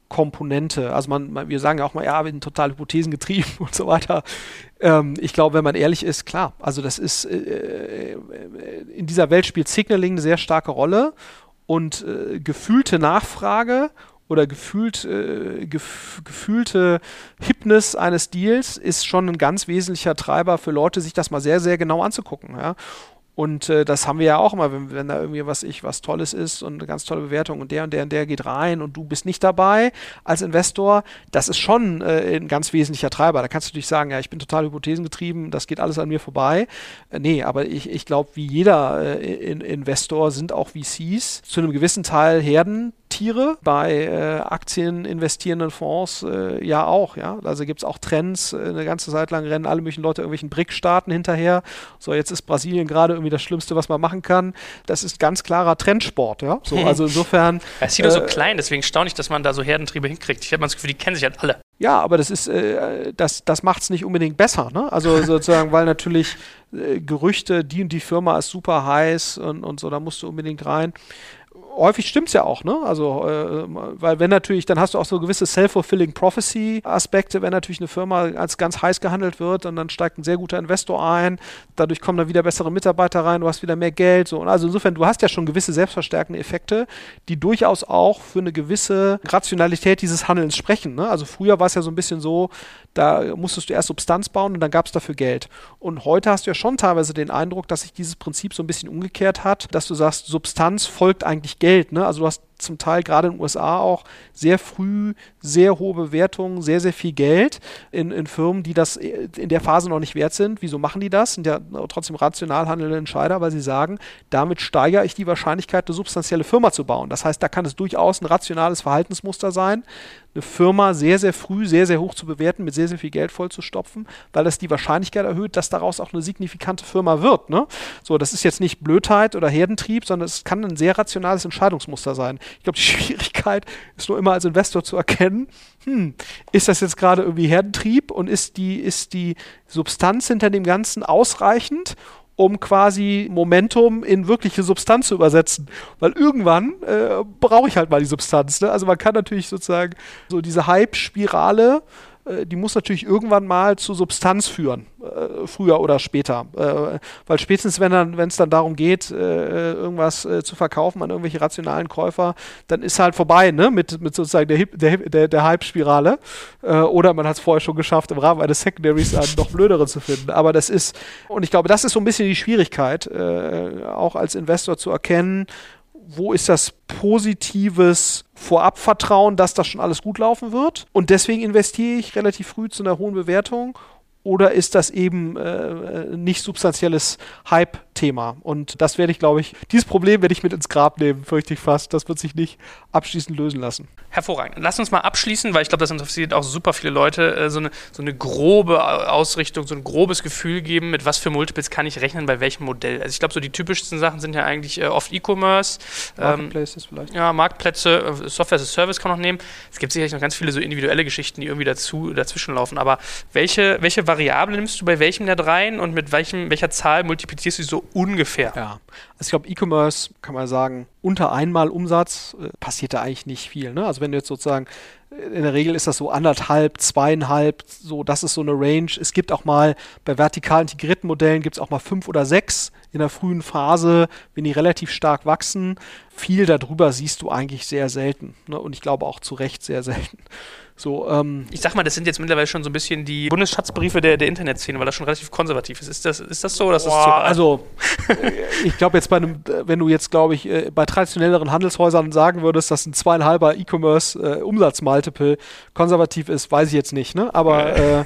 Komponente. Also man, man, wir sagen ja auch mal, ja, wir sind total hypothesengetrieben und so weiter. Ähm, ich glaube, wenn man ehrlich ist, klar, also das ist, äh, in dieser Welt spielt Signaling eine sehr starke Rolle und äh, gefühlte Nachfrage oder gefühlt, äh, gef- gefühlte Hipness eines Deals ist schon ein ganz wesentlicher Treiber für Leute, sich das mal sehr, sehr genau anzugucken. Ja? Und äh, das haben wir ja auch immer, wenn, wenn da irgendwie was ich was Tolles ist und eine ganz tolle Bewertung und der und der und der geht rein und du bist nicht dabei als Investor, das ist schon äh, ein ganz wesentlicher Treiber. Da kannst du natürlich sagen, ja, ich bin total hypothesengetrieben, das geht alles an mir vorbei. Äh, nee, aber ich, ich glaube, wie jeder äh, in, Investor sind auch V Cs zu einem gewissen Teil Herdentiere, bei äh, Aktien investierenden Fonds äh, ja auch, ja. Also gibt es auch Trends, äh, eine ganze Zeit lang rennen alle möglichen Leute irgendwelchen B R I C-Staaten hinterher. So, jetzt ist Brasilien gerade irgendwie das Schlimmste, was man machen kann. Das ist ganz klarer Trendsport, ja. So, also insofern. Er ist wieder äh, so klein, deswegen staune ich, dass man da so Herdentriebe hinkriegt. Ich habe das Gefühl, die kennen sich halt alle. Ja, aber das ist, äh, das, das macht es nicht unbedingt besser, ne? Also sozusagen, weil natürlich äh, Gerüchte, die und die Firma ist super heiß und, und so, da musst du unbedingt rein. Häufig stimmt's ja auch, ne? Also, äh, weil wenn natürlich, dann hast du auch so gewisse self-fulfilling Prophecy-Aspekte, wenn natürlich eine Firma als ganz heiß gehandelt wird und dann steigt ein sehr guter Investor ein, dadurch kommen dann wieder bessere Mitarbeiter rein, du hast wieder mehr Geld, so. Und also insofern, du hast ja schon gewisse selbstverstärkende Effekte, die durchaus auch für eine gewisse Rationalität dieses Handelns sprechen, ne? Also früher war es ja so ein bisschen so, da musstest du erst Substanz bauen und dann gab es dafür Geld. Und heute hast du ja schon teilweise den Eindruck, dass sich dieses Prinzip so ein bisschen umgekehrt hat, dass du sagst, Substanz folgt eigentlich Geld, ne? Also du hast zum Teil gerade in den U S A auch sehr früh sehr hohe Bewertungen, sehr, sehr viel Geld in, in Firmen, die das in der Phase noch nicht wert sind. Wieso machen die das? Sind ja trotzdem rational handelnde Entscheider, weil sie sagen, damit steigere ich die Wahrscheinlichkeit, eine substanzielle Firma zu bauen. Das heißt, da kann es durchaus ein rationales Verhaltensmuster sein, eine Firma sehr, sehr früh, sehr, sehr hoch zu bewerten, mit sehr, sehr viel Geld vollzustopfen, weil das die Wahrscheinlichkeit erhöht, dass daraus auch eine signifikante Firma wird, ne? So, das ist jetzt nicht Blödheit oder Herdentrieb, sondern es kann ein sehr rationales Entscheidungsmuster sein. Ich glaube, die Schwierigkeit ist nur immer als Investor zu erkennen, hm, ist das jetzt gerade irgendwie Herdentrieb und ist die, ist die Substanz hinter dem Ganzen ausreichend, um quasi Momentum in wirkliche Substanz zu übersetzen. Weil irgendwann äh, brauche ich halt mal die Substanz, ne? Also man kann natürlich sozusagen so diese Hype-Spirale, äh, die muss natürlich irgendwann mal zu Substanz führen, äh, früher oder später. Äh, weil spätestens, wenn dann, wenn es dann darum geht, äh, irgendwas äh, zu verkaufen an irgendwelche rationalen Käufer, dann ist halt vorbei, ne? Mit, mit sozusagen der, Hip, der, der, der Hype-Spirale. Äh, oder man hat es vorher schon geschafft, im Rahmen eines Secondaries einen noch blöderen zu finden. Aber das ist, und ich glaube, das ist so ein bisschen die Schwierigkeit, äh, auch als Investor zu erkennen, wo ist das positives Vorabvertrauen, dass das schon alles gut laufen wird und deswegen investiere ich relativ früh zu einer hohen Bewertung, oder ist das eben äh, nicht substanzielles Hype-Thema? Und das werde ich, glaube ich, dieses Problem werde ich mit ins Grab nehmen, fürchte ich fast. Das wird sich nicht abschließend lösen lassen. Hervorragend. Lass uns mal abschließen, weil ich glaube, das interessiert auch super viele Leute, äh, so, eine, so eine grobe Ausrichtung, so ein grobes Gefühl geben, mit was für Multiples kann ich rechnen, bei welchem Modell. Also ich glaube, so die typischsten Sachen sind ja eigentlich äh, oft E-Commerce. Marketplaces ähm, vielleicht. Ja, Marktplätze, äh, Software as a Service kann man noch nehmen. Es gibt sicherlich noch ganz viele so individuelle Geschichten, die irgendwie dazu, dazwischen laufen. Aber welche, welche Variable nimmst du bei welchem der dreien und mit welchem, welcher Zahl multiplizierst du so ungefähr? Ja, also ich glaube, E-Commerce kann man sagen, unter einmal Umsatz äh, passiert da eigentlich nicht viel, ne? Also wenn du jetzt sozusagen, in der Regel ist das so anderthalb, zweieinhalb, so, das ist so eine Range. Es gibt auch mal, bei vertikal integrierten Modellen gibt es auch mal fünf oder sechs in der frühen Phase, wenn die relativ stark wachsen. Viel darüber siehst du eigentlich sehr selten, ne? Und ich glaube auch zu Recht sehr selten. So, ähm, ich sag mal, das sind jetzt mittlerweile schon so ein bisschen die Bundesschatzbriefe der, der Internetszene, weil das schon relativ konservativ ist. Ist das, ist das so? Oder ist das zu also, ich glaube jetzt bei einem, wenn du jetzt, glaube ich, bei traditionelleren Handelshäusern sagen würdest, dass ein zweieinhalber E-Commerce-Umsatz-Multiple konservativ ist, weiß ich jetzt nicht, ne? Aber äh,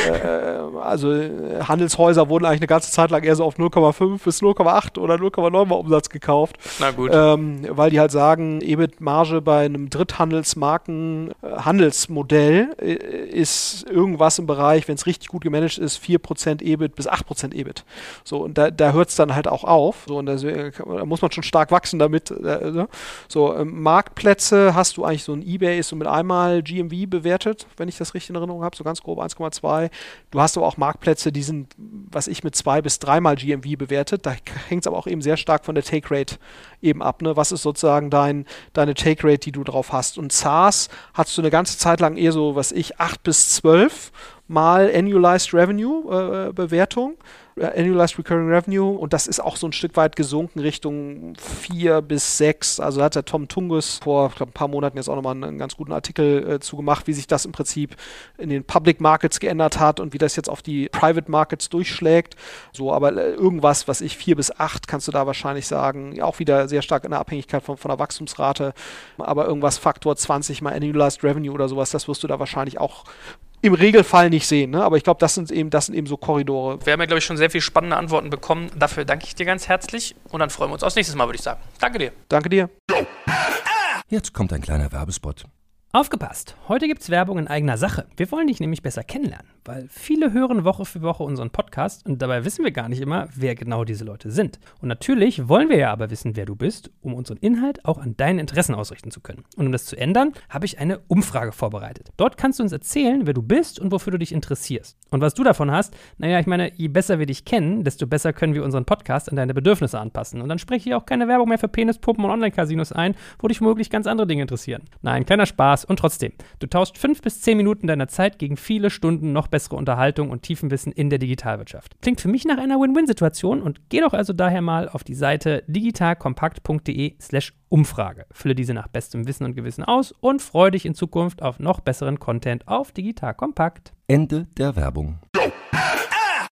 äh, also Handelshäuser wurden eigentlich eine ganze Zeit lang eher so auf null Komma fünf bis null Komma acht oder null Komma neun mal Umsatz gekauft. Na gut. Ähm, weil die halt sagen, E B I T-Marge bei einem Dritthandelsmarken, äh, Handelsmodell Modell äh, ist irgendwas im Bereich, wenn es richtig gut gemanagt ist, vier Prozent E B I T bis acht Prozent E B I T. So, und da, da hört es dann halt auch auf. So, und da, da muss man schon stark wachsen damit. Äh, so, ähm, Marktplätze hast du eigentlich so ein eBay ist so mit einmal G M V bewertet, wenn ich das richtig in Erinnerung habe, so ganz grob eins Komma zwei. Du hast aber auch Marktplätze, die sind, was ich mit zwei bis dreimal G M V bewertet. Da hängt es aber auch eben sehr stark von der Take Rate eben ab. Ne? Was ist sozusagen dein, deine Take Rate, die du drauf hast? Und SaaS hast du eine ganze Zeit lang eher so, was ich, acht bis zwölf mal Annualized Revenue äh, Bewertung. Annualized Recurring Revenue, und das ist auch so ein Stück weit gesunken Richtung vier bis sechs. Also hat der Tom Tungus vor glaub, ein paar Monaten jetzt auch nochmal einen, einen ganz guten Artikel äh, zugemacht, wie sich das im Prinzip in den Public Markets geändert hat und wie das jetzt auf die Private Markets durchschlägt. So, aber äh, irgendwas, was ich vier bis acht, kannst du da wahrscheinlich sagen, auch wieder sehr stark in der Abhängigkeit von, von der Wachstumsrate, aber irgendwas Faktor zwanzig mal Annualized Revenue oder sowas, das wirst du da wahrscheinlich auch im Regelfall nicht sehen, ne? Aber ich glaube, das sind eben, das sind eben so Korridore. Wir haben ja, glaube ich, schon sehr viele spannende Antworten bekommen. Dafür danke ich dir ganz herzlich und dann freuen wir uns aufs nächste Mal, würde ich sagen. Danke dir. Danke dir. Jetzt kommt ein kleiner Werbespot. Aufgepasst! Heute gibt's Werbung in eigener Sache. Wir wollen dich nämlich besser kennenlernen, weil viele hören Woche für Woche unseren Podcast und dabei wissen wir gar nicht immer, wer genau diese Leute sind. Und natürlich wollen wir ja aber wissen, wer du bist, um unseren Inhalt auch an deinen Interessen ausrichten zu können. Und um das zu ändern, habe ich eine Umfrage vorbereitet. Dort kannst du uns erzählen, wer du bist und wofür du dich interessierst. Und was du davon hast, naja, ich meine, je besser wir dich kennen, desto besser können wir unseren Podcast an deine Bedürfnisse anpassen. Und dann spreche ich auch keine Werbung mehr für Penispuppen und Online-Casinos ein, wo dich womöglich ganz andere Dinge interessieren. Nein, kleiner Spaß. Und trotzdem, du tauschst fünf bis zehn Minuten deiner Zeit gegen viele Stunden noch bessere Unterhaltung und Tiefenwissen in der Digitalwirtschaft. Klingt für mich nach einer Win-Win-Situation und geh doch also daher mal auf die Seite digitalkompakt.de slash Umfrage. Fülle diese nach bestem Wissen und Gewissen aus und freue dich in Zukunft auf noch besseren Content auf Digital Kompakt. Ende der Werbung.